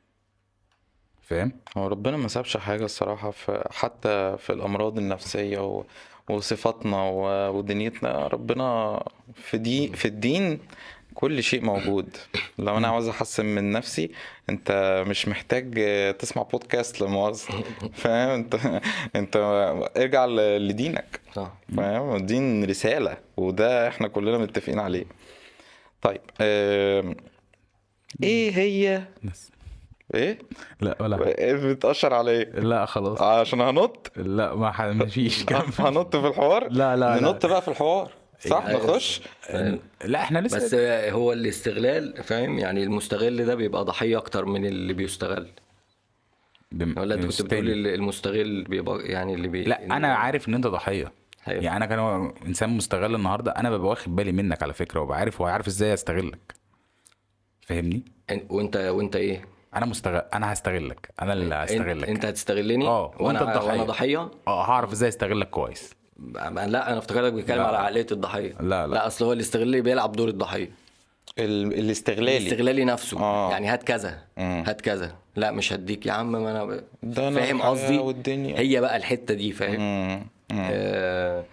فاهم؟ هو ربنا ما سابش حاجة الصراحة، في حتى في الأمراض النفسية و... وصفاتنا و... ودنيتنا. ربنا في دي في الدين كل شيء موجود. لو أنا عاوز أحسن من نفسي، أنت مش محتاج تسمع بودكاست لمؤاخذة. فاهم أنت؟ أنت ارجع ل- لدينك. صح. فاهم؟ الدين رسالة، وده إحنا كلنا متفقين عليه. طيب آم، إيه هي بس إيه؟ لا ولا إيه بتأشر على إيه؟ لا خلاص. عشان هنط. لا ما ح- مفيش كمل. هنط في الحوار. لا لا لا. ننط بقى في الحوار، صح؟ أيوة. نخش. لا احنا لسه بس هو الاستغلال، فاهم؟ يعني المستغل ده بيبقى ضحية اكتر من اللي بيستغل. بم- ولا انت كنت مستني. بتقول ال- المستغل بيبقى يعني اللي بي لا انا عارف ان انت ضحيه. أيوة. يعني انا كان انسان مستغل النهارده، انا ببقى واخد بالي منك على فكره، وببقى عارف وعارف ازاي استغلك. فاهمني؟ إن- وانت وانت ايه؟ انا مستغل، انا هستغلك، انا اللي انت, هستغلك. انت هتستغلني اه وانت وانا الضحيه. وانا ضحية. اه هعرف ازاي استغلك كويس. لا انا افتكرتك بتتكلم لا. على عقلية الضحية. لا، لا. لا اصل هو الاستغلالي بيلعب دور الضحية. ال... الاستغلالي. الاستغلالي نفسه. آه. يعني هات كذا مم. هات كذا، لا مش هديك يا عم، ما انا ب... ده أنا فاهم الحياة قصدي؟ والدنيا. هي بقى الحتة دي، فاهم؟ مم. مم. آه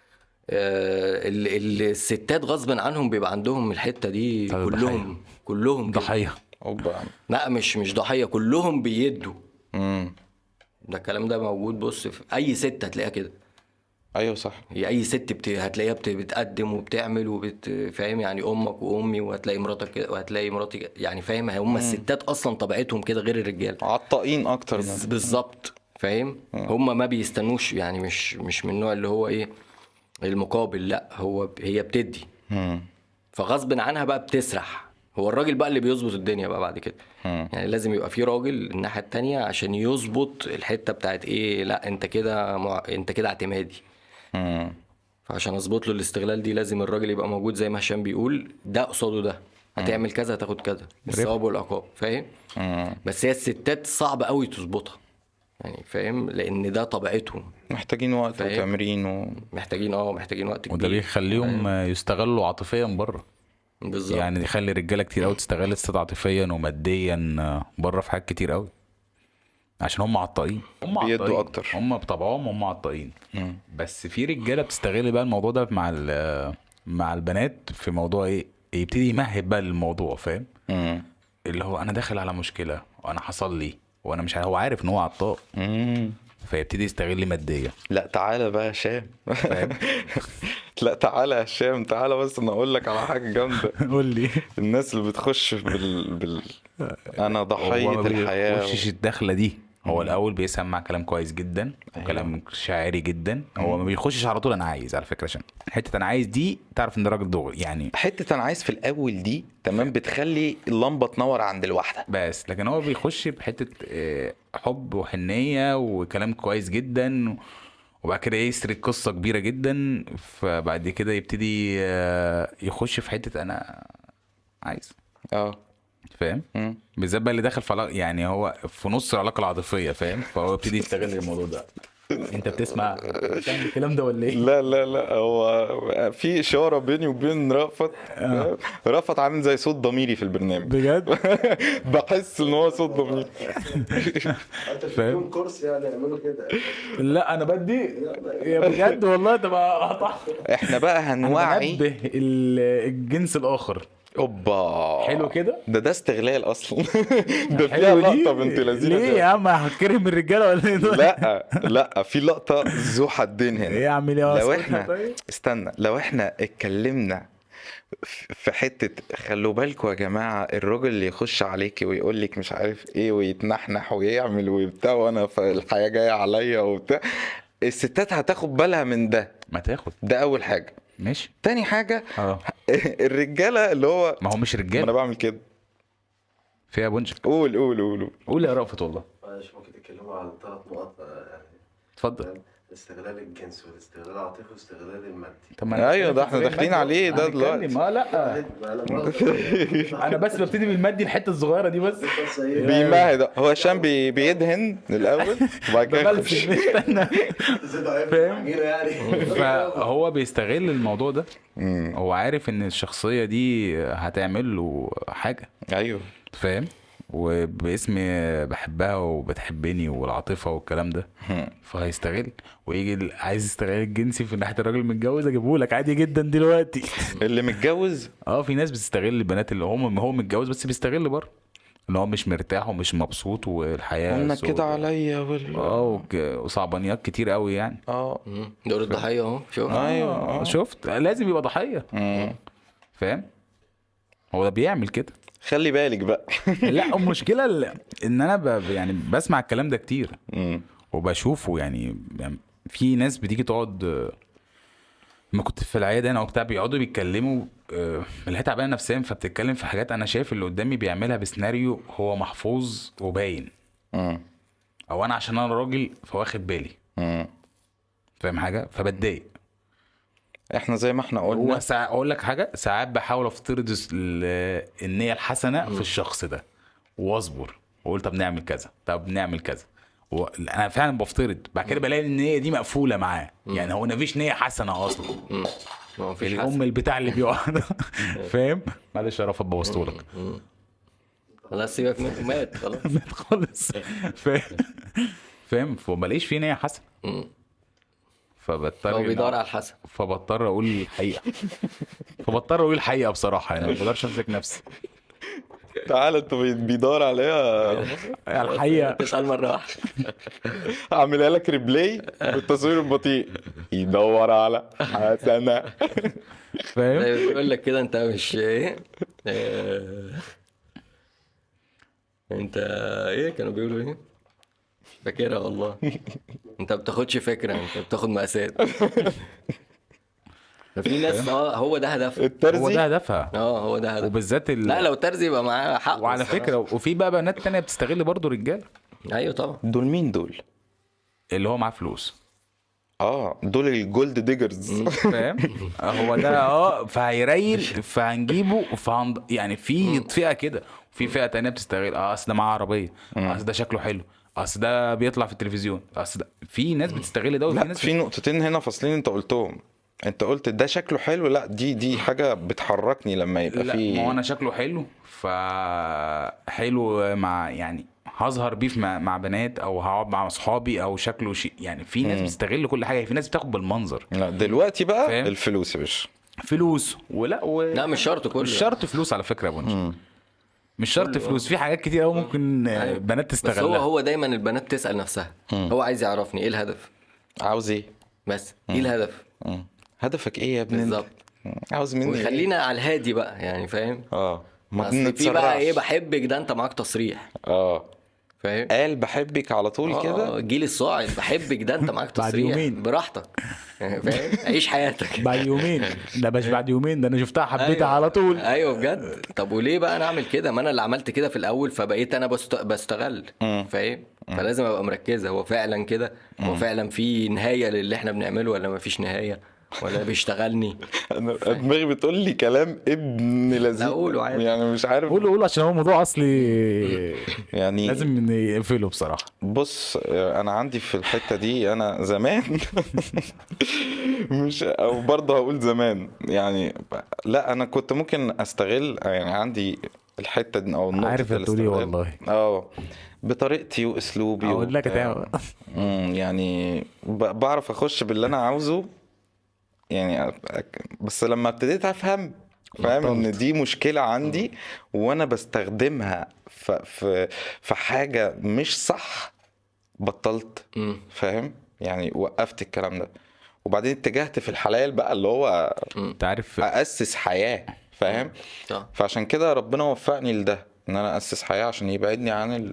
آه ال- ال- الستات غصب عنهم بيبقى عندهم الحتة دي، طب كلهم كلهم كده. ضحيه. أوبا. لا مش مش ضحية، كلهم بيدوا. مم. ده الكلام ده موجود، بص في اي ست هتلاقيها كده. أيوه صح. هي اي ست بت... هتلاقيها بت... بتقدم وبتعمل وبت... فاهم؟ يعني امك وامي، وهتلاقي مراتك كده، وهتلاقي مراتي كده. يعني فاهم؟ هم الستات اصلا طبيعتهم كده غير الرجال. عطائين أكتر بز- من. بالظبط، فاهم؟ هم ما بيستنوش، يعني مش مش من النوع اللي هو ايه المقابل، لا هو ب- هي بتدي، مم. فغصب عنها بقى بتسرح. هو الراجل بقى اللي بيظبط الدنيا بقى بعد كده. يعني لازم يبقى في راجل الناحية التانية عشان يظبط الحتة بتاعت ايه، لا انت كده مع... انت كده اعتمادي. مم. فعشان اظبط له الاستغلال دي لازم الراجل يبقى موجود زي ما هشام بيقول، ده قصاده ده، هتعمل كذا هتاخد كذا، الثواب والعقاب، فاهم؟ مم. بس هي الستات صعب قوي تظبطها، يعني فاهم؟ لان ده طبيعتهم. محتاجين وقت فاهم؟ وتمرين و... محتاجين اه محتاجين وقت كبير. وده بيخليهم يستغلوا عاطفيا بره. بالظبط. يعني يخلي رجاله كتير قوي تستغل الست عاطفيا وماديا بره في حاجات كتير قوي، عشان هم عطائين. هم بيدوا عطائين. أكتر. هم بطبعهم هم عطائين. بس في رجاله بتستغل بقى الموضوع ده مع ال- مع البنات في موضوع ايه، يبتدي يمهد بقى للموضوع، فاهم؟ مم. اللي هو انا داخل على مشكله وانا حصل لي وانا مش عارف، هو عارف ان هو عطاء، مم. فيبتدي يستغل ماديا، لا تعالى بقى يا هشام. فاهم؟ لا تعالى يا هشام، تعالى بس انا اقول لك على حاجه جامده. قول لي. الناس اللي بتخش بال, بال... انا هو ضحيه ما الحياه بيخشش الدخله دي، هو الاول بيسمع كلام كويس جدا وكلام شاعري جدا، هو ما بيخشش على طول انا عايز، على فكره، عشان حته انا عايز دي تعرف ان الراجل دغري يعني. حته انا عايز في الاول دي تمام بتخلي اللمبه تنور عند الواحده. بس لكن هو بيخش بحته آه، حب وحنيه وكلام كويس جدا، وبعد كده يسرد قصه كبيره جدا، فبعد كده يبتدي آه، يخش في حته انا عايز، اه. فاهم؟ مم. بالذات بقى اللي داخل في علاقة، يعني هو في نص العلاقه العاطفيه، فاهم؟ فهو يبتدي يستغل الموضوع ده. انت بتسمع بتعمل الكلام ده ولا ايه؟ لا لا لا، هو في اشاره بيني وبين رأفت. آه. رأفت عامل زي صوت ضميري في البرنامج. بجد؟ بحس ان هو صوت ضميري. انت في فاهم؟ يوم كورس يعني اعملوا كده. لا انا بدي يا بجد والله تبقى قطع. احنا بقى انا هنوعي. بنبه ال- الجنس الاخر. اوبا، حلو كده؟ ده ده استغلال اصلا. ده فيها حلو دي؟ لقطه بنت لذينه ليه كده. يا عم هتكرم الرجاله ولا ايه دول؟ لا لا، في لقطه ذو حدين هنا. ايه اعمل ايه؟ لو أسكتها احنا طيب؟ استنى، لو احنا اتكلمنا في حتة خلوا بالكوا يا جماعة، الراجل اللي يخش عليكي ويقول لك مش عارف ايه ويتنحنح ويعمل وبتاع وانا الحياة جاية عليا وبتاع، الستات هتاخد بالها من ده. ما تاخد. ده اول حاجة. ماشي. تاني حاجة اه الرجالة اللي هو ما هو مش ما انا رجاله بعمل كده. فيها بنش. قول قول قول قول. قول يا رأفت والله. معلش ممكن تتكلموا عن ثلاث نقط يعني، اتفضل. فاهم؟ استغلال الجنس والاستغلال العاطفي والاستغلال المادي. طب ما أنا ايوه، ده هنتكلم احنا في داخلين المادي. عليه ده هنتكلم. دلوقتي. اه لا ما لا مؤاخذة. انا بس ببتدي بالمادي الحته الصغيره دي بس. بس ايه؟ بيمهد هو هشام بي بيدهن الاول وبعد كده ببلسم يخش. استنى. زيادة عيب فاهم؟ عجينة يعني. فهو بيستغل الموضوع ده، هو عارف ان الشخصيه دي هتعمل له حاجه، ايوه. فاهم؟ وباسم بحبها وبتحبني والعاطفه والكلام ده، فهيستغل ويجي ال- عايز يستغل الجنسي في ناحيه الراجل المتجوز، اجيبه لك عادي جدا دلوقتي. اللي متجوز اه في ناس بتستغل البنات اللي هم هو متجوز بس بيستغل بره، اللي هو مش مرتاح ومش مبسوط والحياه قلنا سودة. كده عليا وال اه وك- وصعبانيات كتير قوي يعني. اه. مم. دور الضحيه اهو، شوف. ايوه آه اه. شفت، لازم يبقى ضحيه، مم. فاهم؟ هو ده بيعمل كده. خلي بالك بقى. لا المشكله ال- ان انا ب... يعني بسمع الكلام ده كتير مم. وبشوفه يعني, يعني في ناس بتيجي تقعد آه، ما كنت في العياده هنا وبتاع، بيقعدوا بيتكلموا آه، اللي هي تعبانه نفسيا، فبتتكلم في حاجات انا شايف اللي قدامي بيعملها بسيناريو هو محفوظ وباين، مم. او انا عشان انا راجل فواخد بالي، مم. فاهم حاجه؟ فبتضايق. احنا زي ما احنا هو قلنا ساعة اقول لك حاجه، ساعات بحاول افترض الس- ال- النيه الحسنه في الشخص ده واصبر واقول طب نعمل كذا، طب نعمل كذا و... انا فعلا بفترض، بعد كده بلاقي ان النيه دي مقفوله معاه، يعني هو مفيش نيه حسنه اصلا. مم. ما فيش الام حسن. البتاع اللي بيقعد فاهم؟ معلش يا رافض بوظته لك. خلاص سيبك منه، مات خلاص. خالص. فاهم؟ فاهم؟ فملاقيش فيه نيه حسنه، مم. فبضطر هو إن- بيدور على الحسن. فبضطر اقول الحقيقه فبضطر اقول الحقيقه بصراحه، يعني ما بقدرش امسك نفسي. تعالى انت بي- بيدور عليها. الحقيقه تسأل مرة واحدة. اعملها لك ريبلاي بالتصوير البطيء، يدور على حسنة. فاهم؟ زي بيقول لك كده، انت مش ايه آه، انت ايه كانوا بيقولوا ايه؟ مش فاكرها والله. انت ما بتاخدش فكرة، انت بتاخد مقاسات. ففي ناس اه هو ده هدفها. هو الترزي ده هدفها، اه هو ده هدفها. وبالذات ال... لا لو ترزي يبقى معاه حق. وعلى الصراحة. فكره وفي بقى بنات تانية بتستغل برضو رجاله ايوه طبعا. دول مين دول؟ اللي هو معاه فلوس، اه دول الجولد ديجرز. فاهم؟ هو ده اه فهيريل فهنجيبه فهن... يعني في فئه كده، وفي فئه تانية بتستغل، اه اصل ده معاه عربيه، اصل ده شكله حلو، اصل ده بيطلع في التلفزيون، اصل ده في ناس بتستغل ده وفي لا ناس في نقطتين هنا فاصلين انت قلتهم. انت قلت ده شكله حلو، لا دي دي حاجة بتحركني لما يبقى لا في. ما هو انا شكله حلو فحلو مع يعني هظهر بيه في- مع, مع بنات او هقعد مع اصحابي او شكله شيء، يعني في ناس بتستغل كل حاجه، في ناس بتاخد بالمنظر. لا دلوقتي بقى فاهم؟ الفلوس يا باشا. فلوس ولا و... لا مش شرط كله. مش شرط فلوس على فكره يا بونش، مش شرط فلوس، في حاجات كتير قوي ممكن آه، بنات بس هو تستغلها. هو دايما البنات تسأل نفسها هو عايز يعرفني ايه الهدف، عاوز ايه؟ بس ايه الهدف مم. هدفك ايه يا ابني انت؟ بالظبط. مم. عاوز مني ايه؟ ويخلينا على الهادي بقى يعني فاهم. اه ما اصل في بقى ايه نتسرعش. بحبك ده انت معاك تصريح اه فاهم. قال بحبك على طول كده. اه جيل الصاعد بحبك ده انت معاك بعد تصريح يومين. براحتك فاهم. عيش حياتك بعد يومين، ده مش بعد يومين، ده انا شفتها حبيتها أيوة. على طول. ايوه بجد. طب وليه بقى انا اعمل كده؟ ما انا اللي عملت كده في الاول فبقيت انا بست... بستغل فاهم. فلازم ابقى مركزه هو فعلا كده، هو فعلا في نهايه للي احنا بنعمله ولا مفيش نهايه، ولا بيشتغلني. انا دماغي بتقول لي كلام ابن لذيذ. لا قوله عادي. يعني مش عارف قولوا قولوا عشان هو موضوع اصلي يعني. لازم نقفله بصراحه. بص انا عندي في الحته دي انا زمان مش او برضه هقول زمان يعني. لا انا كنت ممكن استغل يعني عندي الحته دي او النقطه عارف هتقول ايه الاستغلال. والله. اه بطريقتي واسلوبي اقول لك وبتاع. هتعمل. امم يعني ب- بعرف اخش باللي انا عاوزه يعني. أ- بس لما ابتديت افهم فاهم ان دي مشكله عندي وانا بستخدمها ف- في في حاجه مش صح، بطلت مم. فاهم يعني. وقفت الكلام ده وبعدين اتجهت في الحلال بقى اللي هو انت عارف أأسس حياة فاهم. صح. فعشان كده ربنا وفقني لده ان انا أسس حياة عشان يبعدني عن ال...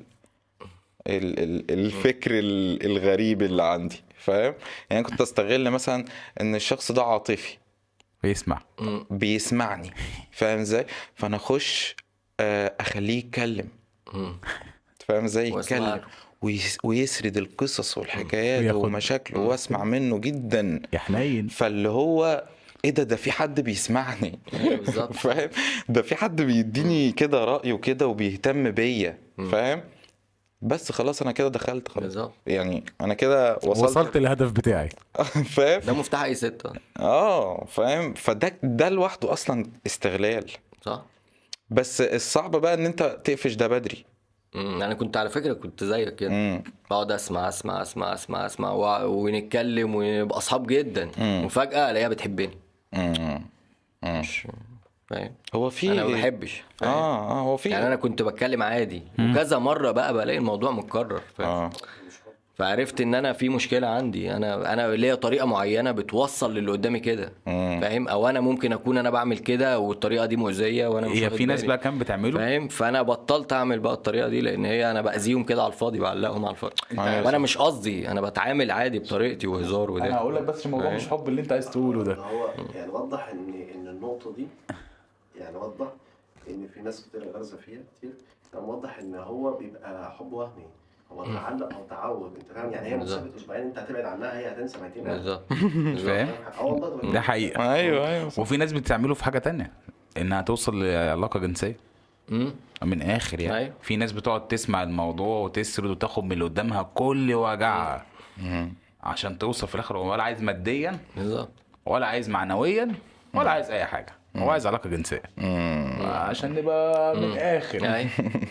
ال... ال... الفكر ال- الغريب اللي عندي فاهم. يعني كنت استغل مثلا ان الشخص ده عاطفي بيسمع. بيسمعني فاهم ازاي، فانا اخش آه، اخليه يتكلم مم. فاهم ازاي واسمع يتكلم له. ويس... ويسرد القصص والحكايات وياخد- ومشاكله واسمع منه جدا. يا حنين. فاللي هو ايه ده ده في حد بيسمعني أيوة بالظبط. فاهم. ده في حد بيديني كده رأيه كده وبيهتم بيا فاهم. بس خلاص انا كده دخلت خلاص بالظبط. يعني انا كده وصلت, وصلت للهدف بتاعي. فاهم. ده مفتاح اي ست. اه فاهم. فده ده لوحده اصلا استغلال. صح. بس الصعب بقى ان انت تقفش ده بدري. مم. انا كنت على فكره كنت زيك كده امم بقعد اسمع اسمع اسمع اسمع اسمع و- ونتكلم ونبقى اصحاب جدا وفجاه الاقيها بتحبني امم مش فاهم. هو في انا ما بحبش فاهم؟ اه اه هو في يعني انا كنت بتكلم عادي وكذا مره بقى بلاقي الموضوع متكرر فاهم؟ اه فعرفت ان انا في مشكله عندي. انا انا ليا طريقه معينه بتوصل للي قدامي كده فاهم. او انا ممكن اكون انا بعمل كده والطريقه دي مؤذيه وانا مش هي واخد في ناس بالي. بقى كان بتعمله فاهم. فانا بطلت اعمل بقى الطريقه دي لان هي انا باذيهم كده على الفاضي بعلقهم على الفاضي أيوة وانا مش قصدي. انا بتعامل عادي بطريقتي وهزار وده. انا هقول لك بس الموضوع مش حب اللي انت عايز تقوله ده. هو يعني وضح ان ان النقطه دي، يعني وضح ان في ناس كتير غارزه فيها كتير. يعني وضح ان هو بيبقى حب وهمي، هو تعلق او تعود انت فاهم. يعني هي بالظبط. مسافه اسبوعين انت هتبعد عنها هي هتنسى ميتين. بالظبط. فاهم. اه والله ده حقيقه. ايوه ايوه وفي ناس بتعمله في حاجه تانية انها توصل لعلاقه جنسيه امم من اخر يعني. أيوة. في ناس بتقعد تسمع الموضوع وتسرد وتاخد من اللي قدامها كل وجعها عشان توصل في الاخر. هو ولا عايز ماديا بالظبط. ولا عايز معنويا ولا عايز اي حاجه، هو عايز علاقه جنسيه عشان نبقى من الاخر. يعني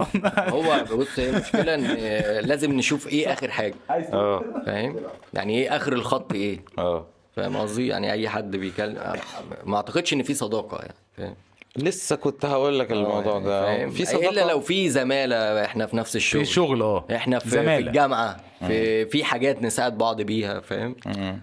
هو بص هي المشكله ان لازم نشوف ايه اخر حاجه اه فاهم. يعني ايه اخر الخط ايه اه فاهم قصدي. يعني اي حد بيكلم ما اعتقدش ان في صداقه يعني فاهم. لسه كنت هقول لك الموضوع ده فاهم؟ في صداقه الا لو في زماله احنا في نفس في الشغل الشغل اه احنا في, في زمالة. الجامعه في في حاجات نساعد بعض بيها فاهم.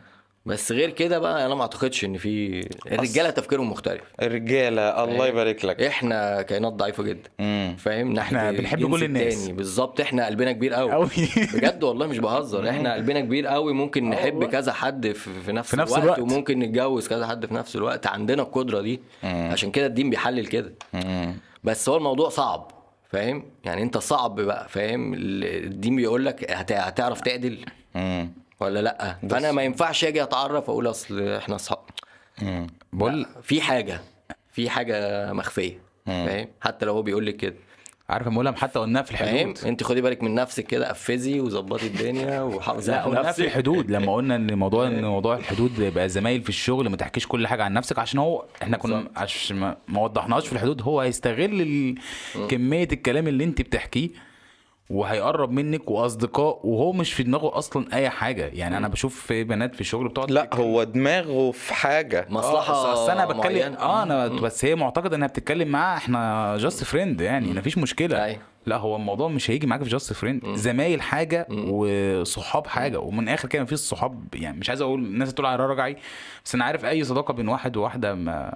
بس غير كده بقى انا ما اعتقدش ان في الرجاله تفكيرهم مختلف. الرجاله الله يبارك لك. احنا كائنات ضعيفه جدا امم فاهم. ناحية إحنا بنحب الجنس كل الناس. التاني. بالظبط. احنا قلبنا كبير قوي قوي. بجد والله مش بهزر. احنا قلبنا كبير قوي ممكن نحب والله. كذا حد في, في نفس, في نفس الوقت, الوقت. وممكن نتجوز كذا حد في نفس الوقت. عندنا القدره دي عشان كده الدين بيحلل كده. بس هو الموضوع صعب فاهم. يعني انت صعب بقى فاهم. الدين بيقول لك هت- هتعرف تعدل امم ولا لا. فانا ما ينفعش اجي اتعرف اقول اصل احنا اصحاب. بقول في حاجه في حاجه مخفيه فاهم. حتى لو هو بيقول لك كده عارف المولم حتى قلناها في فاهم. الحدود. انت خدي بالك من نفسك كده قفزي وظبطي الدنيا وحافظي لا على قلناها في نفسك. الحدود لما قلنا ان موضوع ان موضوع الحدود يبقى زمايل في الشغل ما تحكيش كل حاجه عن نفسك عشان هو احنا كنا عشان ما, ما وضحناش في الحدود. هو هيستغل ال- كميه الكلام اللي انت بتحكيه وهيقرب منك واصدقاء وهو مش في دماغه اصلا اي حاجه. يعني انا بشوف في بنات في الشغل بتقعد لا هو دماغه في حاجه. مصلحه اه بس انا بتكلم معينة. اه انا بس هي معتقد انها بتتكلم معاه احنا جاست فريند يعني مفيش مشكله. أيوة. لا هو الموضوع مش هيجي معاك في جاست فريند، زمايل حاجه وصحاب حاجه. ومن الاخر كده مفيش صحاب، يعني مش عايز اقول الناس تقول على رجعي، بس انا عارف اي صداقه بين واحد وواحده ما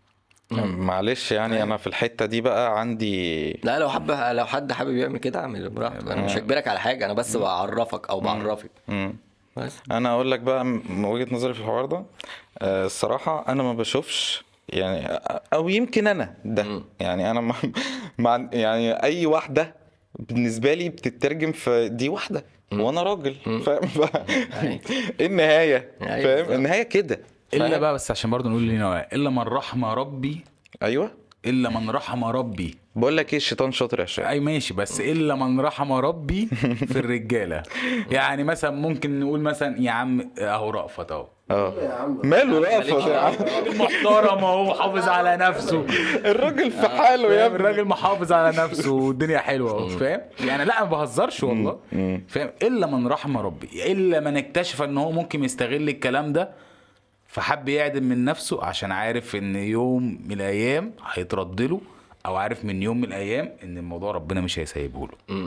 معلش يعني انا في الحته دي بقى عندي لا لو حب لو حد حابب يعمل كده اعمل براحته، انا مش هجبرك على حاجه، انا بس بعرفك او بعرفك مم. بس. انا اقول لك بقى من وجهة نظري في الحوار ده. آه، الصراحة انا ما بشوفش يعني، او يمكن انا ده يعني انا ما مع يعني اي واحدة بالنسبة لي بتترجم في دي واحدة وانا راجل فاهم. ف- أيوة. ايه النهاية أيوة فاهم، بالظبط. النهاية كده الا فاهم؟ بقى. بس عشان برضه نقول هنا الا من رحم ربي، ايوه الا من رحم ربي. بقول لك ايه، الشيطان شاطر يا شباب. اي ماشي، بس الا من رحم ربي في الرجاله. يعني مثلا ممكن نقول مثلا يا عم اهو رأفت اهو اه يا عم ماله رأفت يا عم، راجل محترم اهو محافظ على نفسه. الراجل في حاله يا فاهم؟ ابني. الراجل محافظ على نفسه والدنيا حلوه اهو فاهم. يعني لا ما بهزرش والله فاهم. الا من رحم ربي، الا من اكتشف ان هو ممكن يستغل الكلام ده فحب يعدم من نفسه عشان عارف ان يوم من الايام هيترد له، او عارف من يوم من الايام ان الموضوع ربنا مش هيسيبه له.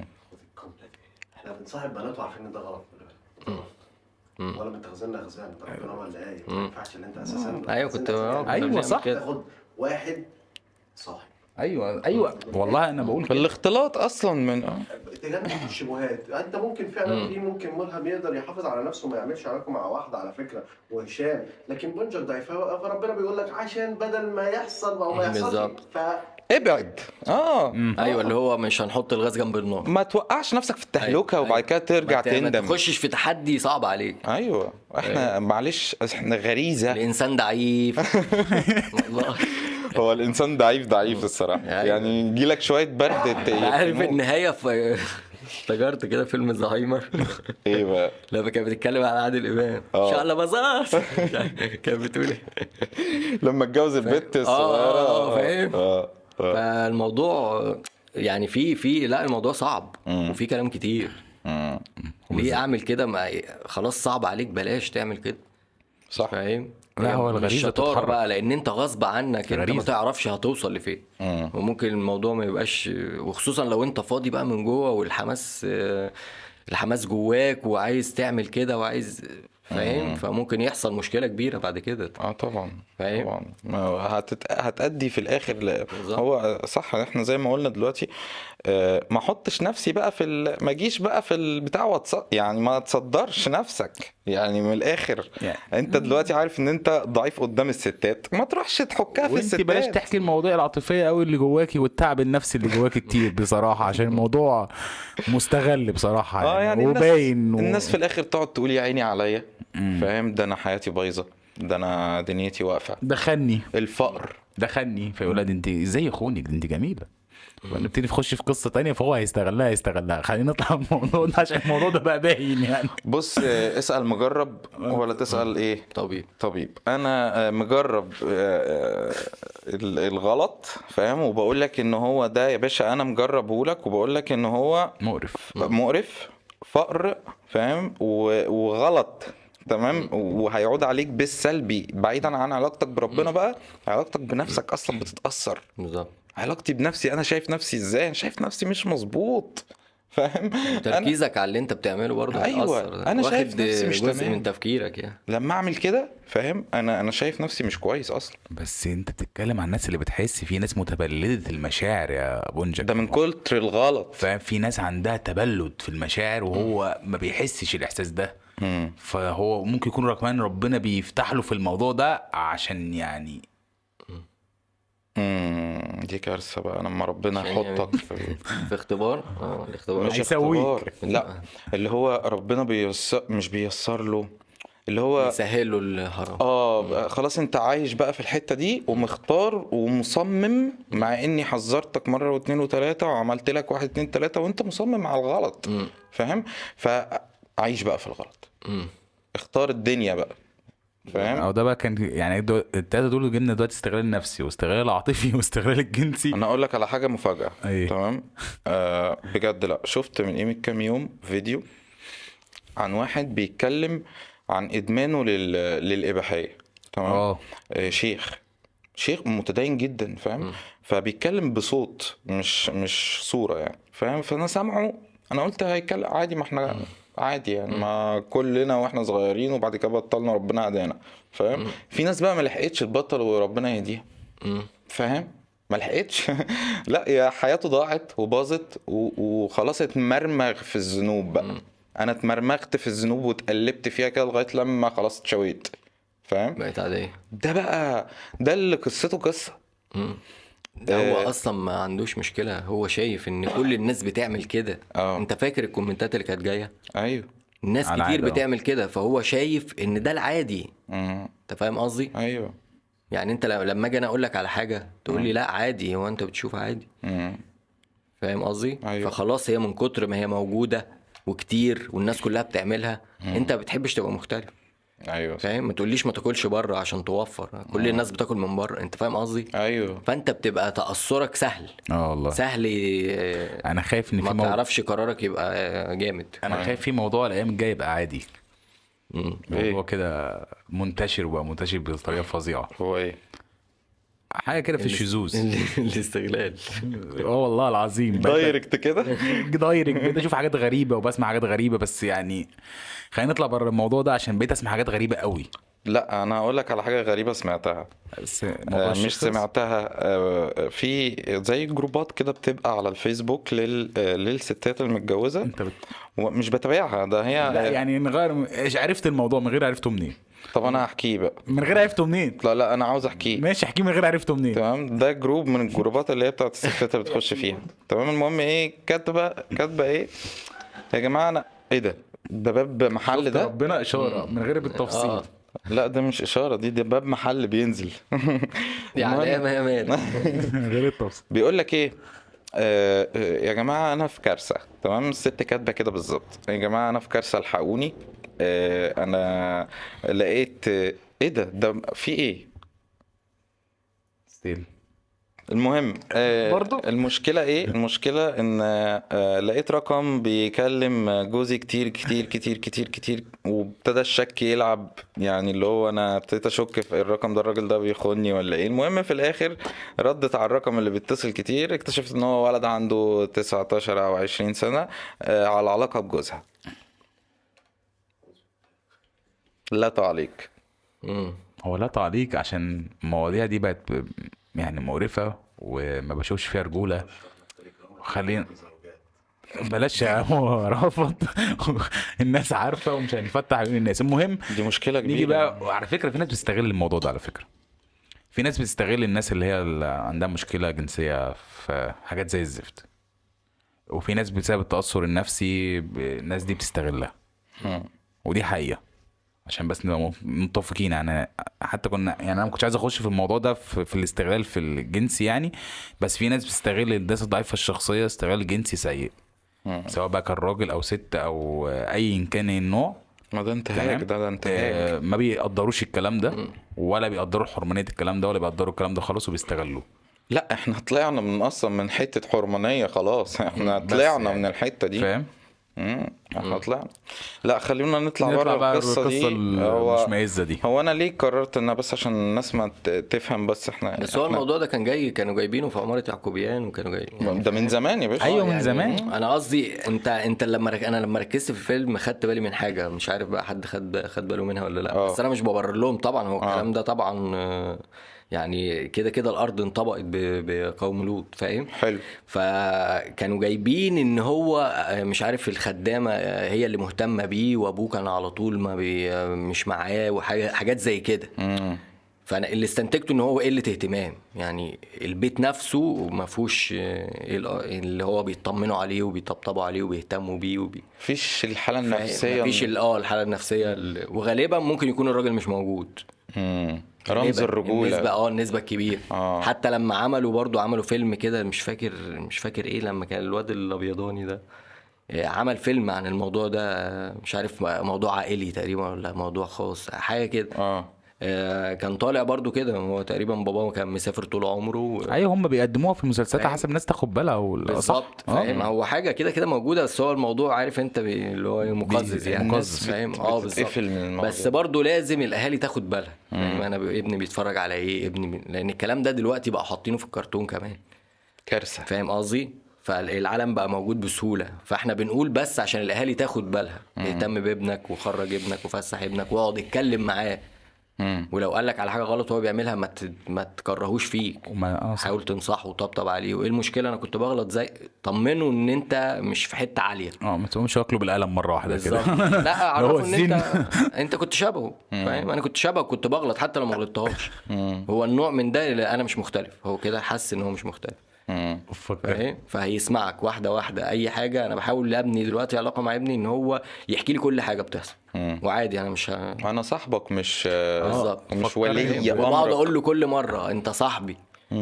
احنا بنصاحب بنات وعارفين ان ده غلط ولا متخزننا خزان، ده ربنا هو اللي قايل ما ينفعش ان انت اساسا ايوه كنت آه، كنا أيوة بنعمل صح. كده. تاخد واحد صاحب ايوه ايوه والله انا بقول كده. الاختلاط اصلا من اه تجنب الشبهات. انت ممكن فعلا في ممكن ملهم يقدر يحافظ على نفسه وما يعملش علاقه مع واحده على فكره وهشام، لكن بنجر ضعيف فربنا بيقول لك عشان بدل ما يحصل او ما يحصلش بالظبط. ف ابعد اه ايوه اللي هو مش هنحط الغاز جنب النار. ما توقعش نفسك في التهلكه أيوة. وبعد كده ترجع ما ت- ما تندم. تخشش في تحدي صعب عليك. ايوه احنا معلش احنا غريزه. الانسان ضعيف والله. هو الانسان ضعيف ضعيف الصراحه أيوة. يعني يجي لك شويه برد ت- عارف يفهموك. النهايه في افتكرت كده فيلم زهايمر ايه بقى لما كانت بتتكلم على عادل امام ان شاء الله بزاز كانت بتقول ايه؟ لما اتجوز البت آه، الصغيره آه، فاهم. اه اه فالموضوع يعني في في لا الموضوع صعب وفي كلام كتير. مم. ليه اعمل كده؟ ما خلاص صعب عليك بلاش تعمل كده صح فاهم. لا، هو مش الغريزة شطارة بتتحرك. بقى لان انت غصب عنك انت ما غريزة. تعرفش هتوصل لفين مم. وممكن الموضوع ما يبقاش، وخصوصا لو انت فاضي بقى من جوه والحماس آه، الحماس جواك وعايز تعمل كده وعايز فاهم. فممكن يحصل مشكلة كبيرة بعد كده اه طبعا فاهم؟ طبعا ما هو هتت... هتأدي في الاخر ل... بالظبط. هو صح احنا زي ما قلنا دلوقتي. آه، ما احطش نفسي بقى في ال... ما اجيش بقى في البتاع وتص... يعني ما تصدرش نفسك يعني من الاخر يعني. انت دلوقتي عارف ان انت ضعيف قدام الستات ما تروحش تحكها في وانت الستات. بلاش تحكي المواضيع العاطفيه قوي اللي جواكي والتعب النفسي اللي جواكي كتير بصراحه، عشان الموضوع مستغل بصراحه اه يعني وباين الناس... و... الناس في الاخر تقعد تقول يا عيني عليا فاهم، ده انا حياتي بايظه، ده انا دنيتي واقفه، دخلني الفقر. دخلني فيقول لها دي انت ازاي يخونك، دي انت جميله. ونبتدي نخش في قصه تانية فهو هيستغلها هيستغلها. خلينا نطلع من الموضوع ده عشان الموضوع ده بقى باين يعني. بص آه، اسأل مجرب ولا تسأل ايه طبيعي. طبيب. انا آه، مجرب آه، آه، ال- الغلط فاهم، وبقول لك ان هو ده يا باشا انا مجربه لك، وبقول لك ان هو مقرف. مقرف فقر فاهم و- وغلط تمام، وهيعود عليك بالسلبي بعيدا عن علاقتك بربنا. بقى علاقتك بنفسك اصلا بتتأثر. بالظبط. علاقتي بنفسي انا شايف نفسي ازاي، انا شايف نفسي مش مظبوط فاهم. أنا تركيزك على اللي انت بتعمله برضه أيوة، هيأثر. أنا شايف واخد نفسي مش جزء تمام. من تفكيرك يعني. لما اعمل كده فاهم انا انا شايف نفسي مش كويس اصلا. بس انت بتتكلم عن الناس اللي بتحس، في ناس متبلده المشاعر يا بونجا. ده من كتر الغلط فاهم، في ناس عندها تبلد في المشاعر وهو ما بيحسش الاحساس ده. مم. فهو ممكن يكون كمان ربنا بيفتح له في الموضوع ده عشان يعني امم دي كارثه بقى لما ربنا عشان يحطك في في اختبار اه الاختبار مش هيسويك. اختبار، لا اللي هو ربنا بييسر مش بييسر له، اللي هو يسهل له الهرم. اه بقى خلاص انت عايش بقى في الحته دي ومختار ومصمم، مع اني حذرتك مره واثنين وثلاثه وعملت لك واحد اتنين تلاته وانت مصمم على الغلط فاهم. فعيش بقى في الغلط، مم. اختار الدنيا بقى فاهم؟ او ده بقى كان يعني دو... التلاته دول جبنا دلوقتي استغلال نفسي واستغلال عاطفي واستغلال الجنسي. انا اقول لك على حاجه مفاجاه. ايه؟ تمام. آه بجد، لا شفت من قيمه كام يوم فيديو عن واحد بيتكلم عن ادمانه لل... للاباحيه. تمام. اه آه شيخ شيخ متدين جدا، فاهم؟ فبيتكلم بصوت مش مش صوره يعني، فاهم؟ فانا سامعه، انا قلت هيتكلم عادي، ما احنا عادي يعني، ما كلنا واحنا صغيرين وبعد كده بطلنا ربنا هدانا، فاهم؟ في ناس بقى ما لحقتش تبطل وربنا يهديها، فاهم؟ ما لحقتش لا يا حياته ضاعت وباظت و- وخلاص اتمرمغ في الذنوب بقى. انا اتمرمغت في الذنوب واتقلبت فيها كده لغايه لما خلاص اتشويت، فاهم؟ بقت عاديه. ده بقى ده اللي قصته قصه. ده هو آه. اصلا ما عندوش مشكله، هو شايف ان كل الناس بتعمل كده. اه. انت فاكر الكومنتات اللي كانت جايه؟ ايوه. الناس على كتير عادة، اه. بتعمل كده، فهو شايف ان ده العادي. مم. انت فاهم قصدي؟ ايوه. يعني انت ل- لما اجي انا اقول لك على حاجه تقول لي لا عادي، هو انت بتشوف عادي؟ مم. فاهم قصدي؟ أيوة. فخلاص هي من كتر ما هي موجوده وكتير والناس كلها بتعملها، انت ما بتحبش تبقى مختلف. ايوه. فاهم؟ ما تقوليش ما تاكلش بره عشان توفر، كل الناس بتاكل من بره. انت فاهم قصدي؟ ايوه. فانت بتبقى تاثرك سهل اه والله. سهل. آه، انا خايف ان ما في مو... تعرفش قرارك يبقى آه، جامد. انا خايف في موضوع الايام الجايه يبقى عادي، مم. موضوع إيه؟ كده منتشر وبقى منتشر بطريقه فظيعه، هو ايه؟ حاجه كده في الشذوذ. الاستغلال. اه والله العظيم بقيت دايركت كده. دايركت بقيت اشوف حاجات غريبه وبسمع حاجات غريبه، بس يعني خلينا نطلع بره الموضوع ده عشان بقيت اسمع حاجات غريبه قوي. لا انا هقول لك على حاجه غريبه سمعتها. بس آه، موضوع مش الشخص- سمعتها. آه، في زي جروبات كده بتبقى على الفيسبوك لل آه، للستات المتجوزه، انت بت... ومش بتابعها ده هي. لا يعني نغير، ايش عرفت الموضوع من غير عرفته منين؟ طب انا هحكيه بقى. من غير عرفته منين؟ لا لا انا عاوز احكيه. ماشي احكي من غير عرفته منين. تمام. ده جروب من الجروبات اللي هي بتاعت الستات اللي بتخش فيها. تمام. المهم ايه، كاتبه كاتبه ايه يا جماعه، انا ايه ده ده باب محل شفت ده. ربنا اشاره من غير بالتفصيل. آه. لا ده مش اشاره، دي ده باب محل بينزل. يعني ايه ما مال. من غير التفصيل. بيقول لك ايه، آه آه، يا جماعه انا في كارثه. تمام. الست كاتبه كده بالظبط، يا جماعه انا في كارثه الحقوني. آه انا لقيت آه، ايه ده ده في ايه. ستيل. المهم آه برضو؟ المشكله ايه، المشكله ان آه لقيت رقم بيكلم جوزي كتير كتير كتير كتير كتير، وابتدى الشك يلعب، يعني اللي هو انا ابتديت اشك في الرقم ده، الراجل ده بيخوني ولا ايه. المهم في الاخر ردت على الرقم اللي بيتصل كتير، اكتشفت ان هو ولد عنده تسعتاشر او عشرين سنه آه على علاقه بجوزها. لا تعليق. مم. هو لا تعليق عشان المواضيع دي بقت ب- يعني مقرفه وما بشوفش فيها رجوله. خلينا بلاش يا عم، هو رافض. الناس عارفه ومش هنفتح عيون الناس. المهم دي مشكله كبيره. نيجي بقى. وعلى فكره في ناس بتستغل الموضوع ده، على فكره في ناس بتستغل الناس اللي هي اللي عندها مشكله جنسيه في حاجات زي الزفت، وفي ناس بسبب التاثر النفسي ب- الناس دي بتستغلها، مم. ودي حقيقه. عشان بس نبقى متفقين يعني، حتى كنا يعني انا ما كنتش عايز اخش في الموضوع ده في, في الاستغلال في الجنسي يعني، بس في ناس بتستغل الناس الضعيفه الشخصيه استغلال جنسي سيء، مم. سواء بقى كان راجل او ست او اي كان النوع. ما ده انتهاك، تمام؟ ده ده انتهاك. آه، ما بيقدروش الكلام ده، ولا بيقدروا حرمانيه الكلام ده، ولا بيقدروا الكلام ده خالص، وبيستغلوه. لا احنا طلعنا من اصلا من حته حرمانيه خلاص، احنا بس طلعنا يعني من الحته دي. فاهم؟ امم احنا طلعنا. لا خلينا نطلع, نطلع بره بقى القصه دي. القصه المشمئزه دي. هو انا ليه قررت ان بس عشان الناس ما ت- تفهم بس احنا بس هو احنا الموضوع ده كان جاي، كانوا جايبينه في عمارة يعقوبيان وكانوا جاي يعني. ده من زمان يا باشا. أيوة، من يعني زمان. انا قصدي انت انت لما رك... انا لما ركزت في الفيلم خدت بالي من حاجه، مش عارف بقى حد خد خد باله منها ولا لا. آه. بس انا مش ببرر لهم طبعا، هو آه. الكلام ده طبعا آه، يعني كده كده الارض انطبقت ب- بقوم لوط، فاهم؟ حلو. فكانوا جايبين ان هو آه، مش عارف الخدامه آه، هي اللي مهتمه بيه، وابوه كان على طول ما بي آه، مش معاه، وحاجه حاجات زي كده. امم فانا اللي استنتجته ان هو قله اهتمام، يعني البيت نفسه ما فيهوش آه، اللي هو بيطمنوا عليه وبيطبطبوا عليه وبيهتموا بيه وبي... مفيش الحاله النفسيه. مفيش ال- اه الحاله النفسيه ال- وغالبا ممكن يكون الراجل مش موجود. امم رمز غالباً الرجوله. النسبه اه النسبه الكبيره. آه. حتى لما عملوا برضو عملوا فيلم كده، مش فاكر مش فاكر ايه، لما كان الواد الابيضاني ده آه، عمل فيلم عن الموضوع ده، آه، مش عارف موضوع عائلي تقريبا ولا موضوع خاص حاجه كده. اه آه، كان طالع برضو كده، هو تقريبا باباه كان مسافر طول عمره. ايوه هم بيقدموها في المسلسلات على فاهم. حسب الناس تاخد بالها ولا صح. بالظبط، فاهم. هو حاجه كده كده موجوده، بس هو الموضوع عارف انت بي- اللي هو إيه، مقزز يعني. الناس فاهم. بت- اه بالظبط. بتتقفل من الموضوع. بس برضو لازم الاهالي تاخد بالها. فاهم. انا ب- ابني بيتفرج على ايه، ابني بي... لان الكلام ده دلوقتي بقى حاطينه في الكرتون كمان. كارثه. فاهم قصدي. فالعالم بقى موجود بسهوله، فاحنا بنقول بس عشان الاهالي تاخد بالها. اهتم بابنك وخرج ابنك وفسح ابنك واقعد اتكلم معاه. مم. ولو قال لك على حاجه غلط وهو بيعملها ما ت... ما تكرهوش فيك. وما اه صح. حاول تنصحه وطبطب عليه، وايه المشكله انا كنت بغلط زي، طمنه ان انت مش في حته عاليه. اه ما تقومش واكله بالقلم مره واحده بالظبط. كده. لا هو اعرفه ان الزين. انت انت كنت شبهه. فاهم. انا كنت شبهه، كنت بغلط حتى لو ما غلطتهاش. هو النوع من ده اللي انا مش مختلف، هو كده حس ان هو مش مختلف. مم. فكر. فاهم. فهيسمعك واحده واحده. اي حاجه انا بحاول ابني دلوقتي علاقه مع ابني ان هو يحكي لي كل حاجه بتحصل. وعادي انا مش ه... انا صاحبك مش بالظبط. مش فكر. ولي وبقعد امرك. اقول له كل مره انت صاحبي.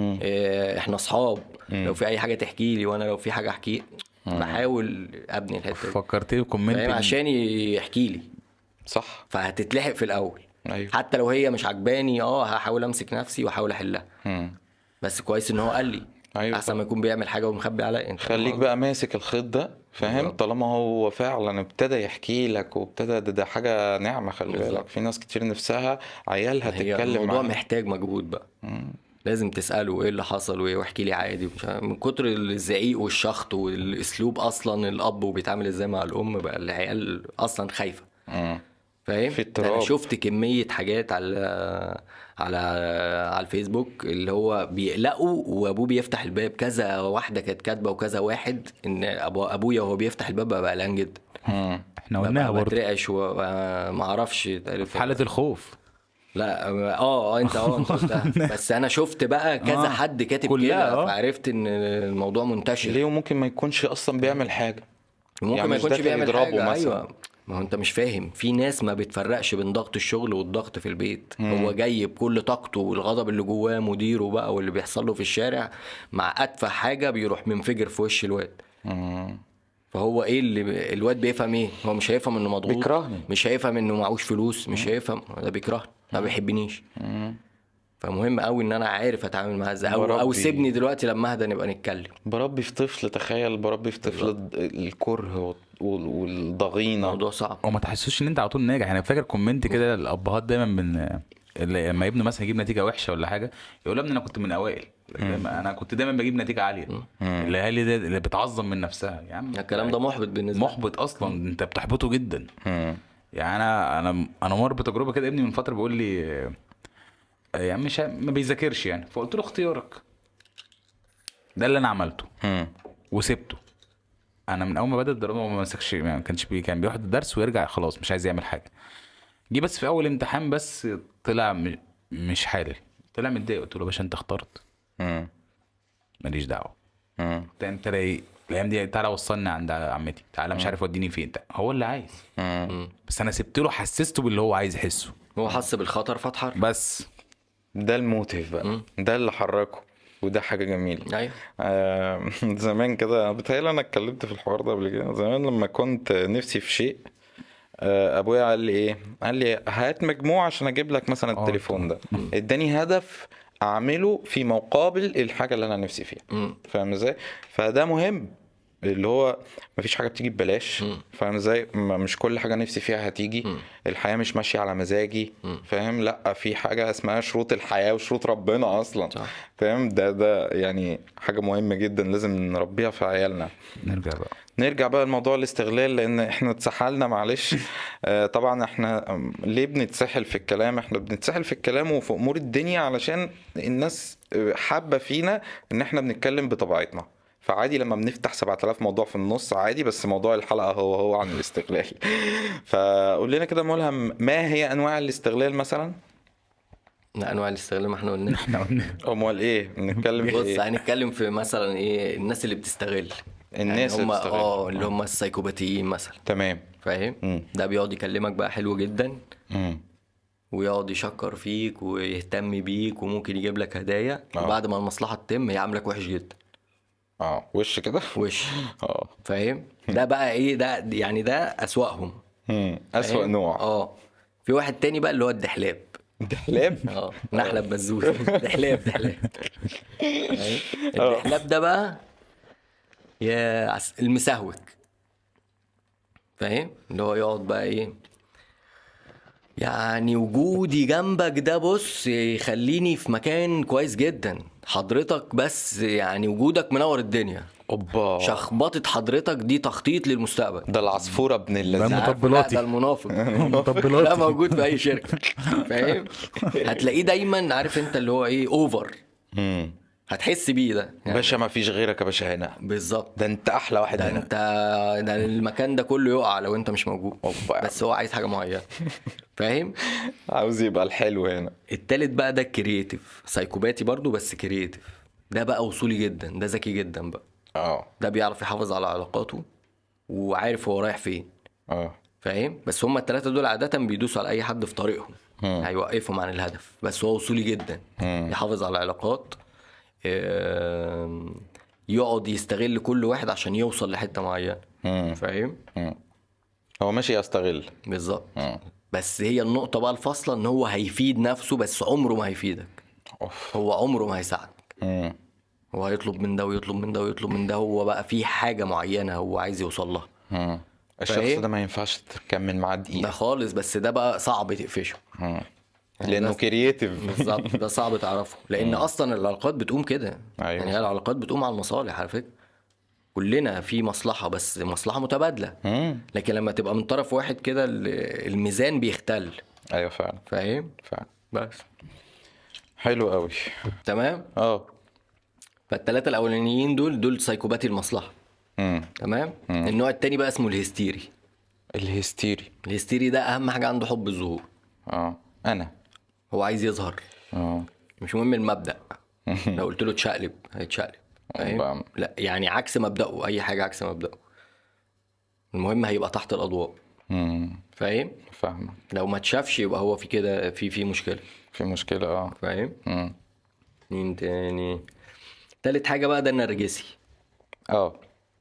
إيه، احنا اصحاب. لو في اي حاجه تحكي لي، وانا لو في حاجه احكي. بحاول ابني الحته دي. فكرتني بكومنت فاهم. عشان يحكي لي. صح. فهتتلحق في الاول. ايوه. حتى لو هي مش عجباني، اه هحاول امسك نفسي واحاول احلها. مم. بس كويس ان هو قال لي. أيوة. احسن ما يكون بيعمل حاجه ومخبي عليا. انت خليك بقى ماسك الخيط ده، فاهم؟ بالظبط. طالما هو فعلا ابتدى يحكي لك وابتدى، ده, ده حاجه نعمه. خلي بالظبط. بالك في ناس كتير نفسها عيالها هي تتكلم الموضوع معاها. محتاج مجهود بقى. لازم تساله ايه اللي حصل وايه، واحكي لي عادي. مش عارف- من كتر الزعيق والشخط والاسلوب اصلا الاب وبيتعامل ازاي مع الام، بقى العيال اصلا خايفه. مم. فاهم. في ده انا اضطراب. شفت كميه حاجات على على على الفيسبوك اللي هو بيقلقوا وابوه بيفتح الباب. كذا واحده كانت كاتبه وكذا واحد ان أبو ابويا وهو بيفتح الباب بقى قلقان جدا. مم. احنا قلناها ببقى برضه بترعش وما اعرفش تقريبا. في حاله الخوف. لا اه اه انت اه انت قلتها. بس انا شفت بقى كذا آه. حد كاتب كلها، كده، آه. فعرفت ان الموضوع منتشر. ليه؟ وممكن ما يكونش اصلا بيعمل حاجه. ممكن يعني ما مش يكونش داخل بيعمل يضربه حاجه. مثلا. ايوه. ما هو انت مش فاهم، في ناس ما بتفرقش بين ضغط الشغل والضغط في البيت. هو جاي بكل طاقته والغضب اللي جواه مديره بقى واللي بيحصل له في الشارع، مع اتفه حاجه بيروح منفجر في وش الواد. مم. فهو ايه اللي الواد بيفهم ايه؟ هو مش هيفهم انه مضغوط. بيكرهني. مش هيفهم انه معهوش فلوس. مش هيفهم ده بيكرهني، ما بيحبنيش. فمهم قوي ان انا عارف اتعامل معاه ازاي. او, أو بربي. سيبني دلوقتي لما اهدى نبقى نتكلم. بربي في طفل، تخيل بربي في طفل الد- الكره وال- والضغينه. موضوع صعب. وما تحسوش ان انت على طول ناجح. يعني فاكر كومنت كده الابهات دايما من اللي لما ابنه مثلا يجيب نتيجه وحشه ولا حاجه، يقول له يا ابني انا كنت من اوائل، دايما انا كنت دايما بجيب نتيجه عاليه. الاهالي دي اللي بتعظم من نفسها يا عم. الكلام ده محبط بالنسبه لي. محبط اصلا. انت بتحبطه جدا. مم. يعني انا انا انا مر بتجربه كده. ابني من فتره بيقول لي آه، يعني مش ما بيذاكرش يعني، فقلت له اختيارك. ده اللي انا عملته مم. وسبته. انا من اول ما بدا الدراسه ما مسكش، ما كانش بي كان بياخد الدرس ويرجع خلاص مش عايز يعمل حاجه. جه بس في اول امتحان بس طلع م- مش حالل، طلع متضايق. قلت له يا باشا انت اخترت، مم. ماليش دعوه. مم. انت انت ايه الايام دي؟ تعالى وصلني عند عمتي، تعالى مش عارف وديني فين. هو اللي عايز. مم. بس انا سبت له، حسسته باللي هو عايز يحسه هو حس بالخطر فاتحر. بس. ده الموتيف بقى. ده اللي حركه، وده حاجه جميله. ايوه. آه، زمان كده بتهيألي انا اتكلمت في الحوار ده قبل كده. زمان لما كنت نفسي في شيء، آه، ابويا قال لي ايه؟ قال لي هات مجموع عشان اجيب لك مثلا آه، التليفون ده. اداني هدف اعمله في مقابل الحاجه اللي انا نفسي فيها. مم. فاهم ازاي؟ فده مهم، اللي هو مفيش حاجه بتيجي ببلاش. فاهم ازاي؟ م- مش كل حاجه نفسي فيها هتيجي. الحياه مش ماشيه على مزاجي. فاهم؟ لا، في حاجه اسمها شروط الحياه وشروط ربنا اصلا. صح. فاهم؟ ده ده يعني حاجه مهمه جدا لازم نربيها في عيالنا. نرجع بقى. نرجع بقى لموضوع الاستغلال، لان احنا اتسحلنا معلش. آه، طبعا احنا آم، ليه بنتسحل في الكلام؟ احنا بنتسحل في الكلام وفي امور الدنيا علشان الناس آه، حابه فينا ان احنا بنتكلم بطبيعتنا. فعادي لما بنفتح سبعة آلاف موضوع في النص عادي، بس موضوع الحلقه هو هو عن الاستغلال. فقول لنا كده ملهم، ما هي انواع الاستغلال مثلا؟ لا، انواع الاستغلال ما احنا قلنا. احنا قلنا امال ايه نتكلم في بص ايه؟ هنتكلم في مثلا ايه الناس اللي بتستغل. الناس يعني اللي هم بتستغل. اه اللي هم السايكوباتيين مثلا. تمام. فاهم. مم. ده بيقعد يكلمك بقى حلو جدا، مم. ويقعد يشكر فيك ويهتم بيك وممكن يجيب لك هدايا، آه. وبعد ما المصلحه تتم يعاملك وحش جدا. اه وش كده. وش. اه. فاهم؟ ده بقى ايه ده، يعني ده اسوأهم. مم. اسوأ فاهم؟ نوع. اه. في واحد تاني بقى اللي هو الدحلاب. دحلاب. اه نحلب بزوز. دحلاب دحلاب. فاهم؟ اه. الدحلاب ده بقى يا عس- المسهوك. فاهم؟ اللي هو يقعد بقى ايه، يعني وجودي جنبك ده بص يخليني في مكان كويس جدا حضرتك، بس يعني وجودك منور الدنيا. اوبا. شخبطة حضرتك دي تخطيط للمستقبل. ده العصفورة ابن ده اللذين. عارف؟ لا مطبلاتي. ده المنافق. ده مطبلاتي. موجود في اي شركة. فاهم؟ هتلاقيه دايما عارف انت اللي هو ايه، اوفر. مم. هتحس بيه ده يعني. باشا ما فيش غيرك يا باشا هنا. بالظبط. ده انت احلى واحد ده هنا. انت، ده المكان ده كله يقع لو انت مش موجود. أوبا. بس هو عايز حاجة معينة. فاهم؟ عاوز يبقى الحلو هنا. التالت بقى ده الكرييتيف، سايكوباتي برضو بس كرييتيف. ده بقى وصولي جدا، ده ذكي جدا بقى. اه. ده بيعرف يحافظ على علاقاته وعارف هو رايح فين. اه. فاهم؟ بس هما التلاتة دول عادة بيدوسوا على أي حد في طريقهم، هيوقفهم عن الهدف. بس هو وصولي جدا، يحافظ على العلاقات، آم، يقعد يستغل كل واحد عشان يوصل لحتة معينة. فاهم؟ هو ماشي يستغل. بالظبط. بس هي النقطة بقى الفاصلة ان هو هيفيد نفسه بس عمره ما هيفيدك. اوف. هو عمره ما هيساعدك. مم. هو هيطلب من ده ويطلب من ده ويطلب من ده، هو بقى في حاجة معينة هو عايز يوصل لها. مم. الشخص فاهم؟ ده ما ينفعش تكمل معاه ده دقيقة. خالص، بس ده بقى صعب تقفشه. مم. يعني لانه ده- كرييتيف. بالظبط، ده صعب تعرفه لان اصلا العلاقات بتقوم كده. أيوة يعني هي صح. العلاقات بتقوم على المصالح على فكره. كلنا في مصلحه بس مصلحه متبادله. مم. لكن لما تبقى من طرف واحد كده ال- الميزان بيختل. ايوه فعلا. فاهم؟ فعلا. بس. حلو قوي. تمام. اه. فالثلاثه الاولانيين دول دول سايكوباتي المصلحه. مم. تمام. النوع التاني بقى اسمه الهستيري. الهستيري. الهستيري ده اهم حاجه عنده حب الظهور. اه. انا. هو عايز يظهر، اه. مش مهم المبدأ. لو قلت له اتشقلب هيتشقلب. فاهم؟ بقى. لا يعني عكس مبدأه، اي حاجه عكس مبدأه. المهم هيبقى تحت الاضواء. مم. فاهم؟ فاهمك. لو ما اتشافش يبقى هو في كده في في مشكله. في مشكلة اه. فاهم؟ مم. مين تاني؟ تالت حاجه بقى ده النرجسي. اه.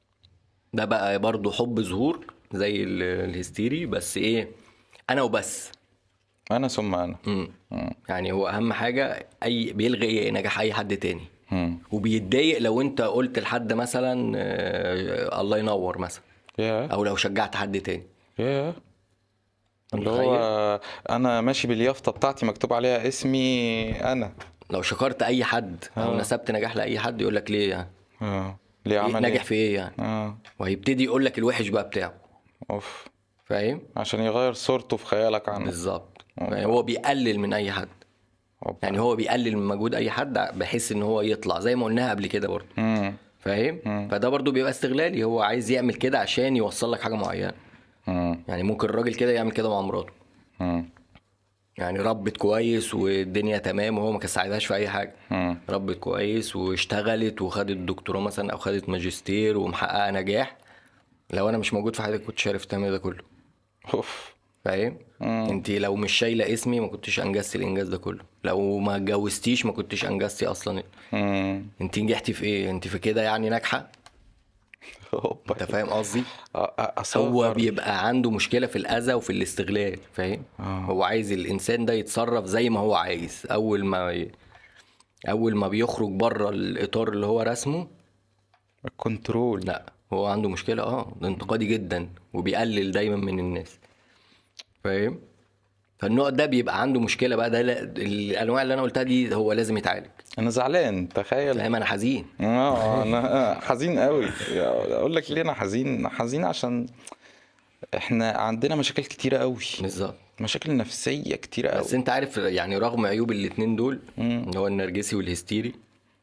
ده بقى برضو حب ظهور زي ال- الهستيري، بس ايه، انا وبس. انا ثم انا. مم. يعني هو اهم حاجه اي بيلغي نجاح اي حد تاني. مم. وبيتضايق لو انت قلت لحد مثلا آه، الله ينور مثلا، يا او لو شجعت حد تاني. يا اللي متخيل؟ هو انا ماشي باليافطة بتاعتي مكتوب عليها اسمي انا. لو شكرت اي حد او نسبت نجاح لاي حد يقول لك ليه يعني، اه. ليه إيه عمل ناجح ايه؟ في ايه يعني، اه. وهيبتدي يقول لك الوحش بقى بتاعه. اوف. فاهم؟ عشان يغير صورته في خيالك عنه. بالظبط. يعني هو بيقلل من اي حد. أوبا. يعني هو بيقلل من مجهود اي حد بحيث ان هو يطلع زي ما قلناها قبل كده برضه. مم. فاهم؟ فده برضه بيبقى استغلالي، هو عايز يعمل كده عشان يوصل لك حاجه معينه. مم. يعني ممكن الراجل كده يعمل كده مع مراته، مم. يعني ربت كويس والدنيا تمام وهو ما كان ساعدهاش في اي حاجه. مم. ربت كويس واشتغلت وخدت دكتوراه مثلا او خدت ماجستير ومحققه نجاح. لو انا مش موجود في حياتك كنتش عارف تعمل ده كله. اوف. فاهم؟ انت لو مش شايله اسمي ما كنتش انجزتي الانجاز ده كله. لو ما اتجوزتيش ما كنتش انجزتي اصلا. مم. انت نجحتي في ايه؟ انت في كده يعني ناجحه. اوبا. انت فاهم قصدي؟ آه، آه، أصغر. هو بيبقى عنده مشكله في الاذى وفي الاستغلال. فاهم؟ هو عايز الانسان ده يتصرف زي ما هو عايز. اول ما ي... اول ما بيخرج بره الاطار اللي هو رسمه، الكنترول. لا هو عنده مشكله. اه ده انتقادي جدا وبيقلل دايما من الناس. فاهم؟ فالنوع ده بيبقى عنده مشكله بقى. ده لا- الانواع اللي انا قلتها دي هو لازم يتعالج. انا زعلان تخيل. فاهم؟ انا حزين. اه انا حزين قوي. اقول لك ليه انا حزين. حزين عشان احنا عندنا مشاكل كتيرة قوي. بالظبط. مشاكل نفسية كتيرة قوي. بس انت عارف يعني رغم عيوب الاتنين دول اللي هو النرجسي والهستيري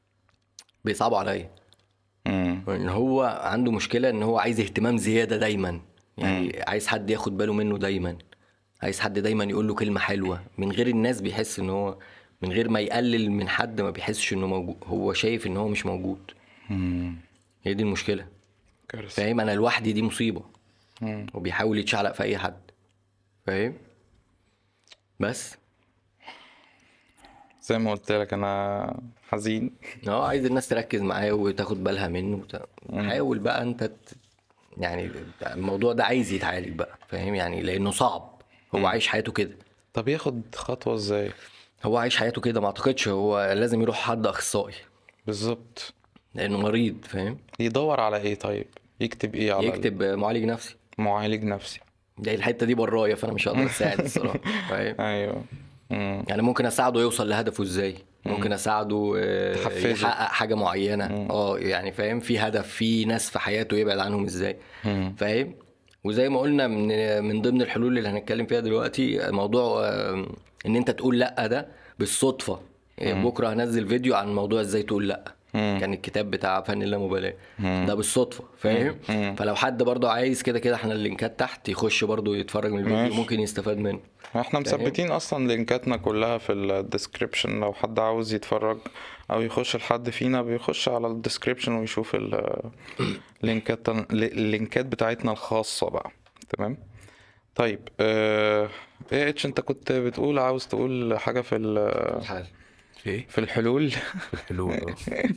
بيصعبوا عليا. مم. ان هو عنده مشكله ان هو عايز اهتمام زياده دايما. يعني عايز حد ياخد باله منه دايما، عايز حد دايما يقول له كلمه حلوه. من غير الناس بيحس ان هو من غير ما يقلل من حد ما بيحسش انه موجود. هو شايف ان هو مش موجود. مم. هي دي المشكله. كارثة. فاهم؟ انا لوحدي دي مصيبه. مم. وبيحاول يتشعلق في اي حد. فاهم؟ بس زي ما قلت لك انا حزين. اه عايز الناس تركز معاه وتاخد بالها منه وت... حاول بقى انت ت... يعني الموضوع ده عايز يتعالج بقى، فاهم يعني، لانه صعب. هو عايش حياته كده، طب ياخد خطوة ازاي؟ هو عايش حياته كده، ما اعتقدش هو لازم يروح حد اخصائي بالظبط. لانه مريض، فاهم. يدور على ايه طيب؟ يكتب ايه على يكتب معالج نفسي، معالج نفسي؟ ده الحته دي برايا، فانا مش هقدر اساعد الصراحه، فاهم. ايوه. مم. يعني ممكن اساعده يوصل لهدفه ازاي، ممكن اساعده آه، تحفزه. يحقق حاجه معينه، اه يعني فاهم، في هدف، في ناس في حياته يبعد عنهم ازاي، فاهم. وزي ما قلنا من من ضمن الحلول اللي هنتكلم فيها دلوقتي موضوع آه، ان انت تقول لا ده بالصدفه. بكره هنزل فيديو عن موضوع ازاي تقول لا، كان الكتاب بتاع فن اللامبالاه ده بالصدفه، فاهم. فلو حد برضه عايز كده كده احنا اللينكات تحت، يخش برضه يتفرج من الفيديو، ماشي. ممكن يستفاد منه. احنا مثبتين اصلا لينكاتنا كلها في الديسكريبشن، لو حد عاوز يتفرج او يخش لحد فينا بيخش على الديسكريبشن ويشوف ال- اللينكات اللينكات بتاعتنا الخاصة بقى. تمام. طيب اه ايه اتش انت كنت بتقول عاوز تقول حاجة في ال- الحال في ايه؟ في الحلول؟ الحلول اه.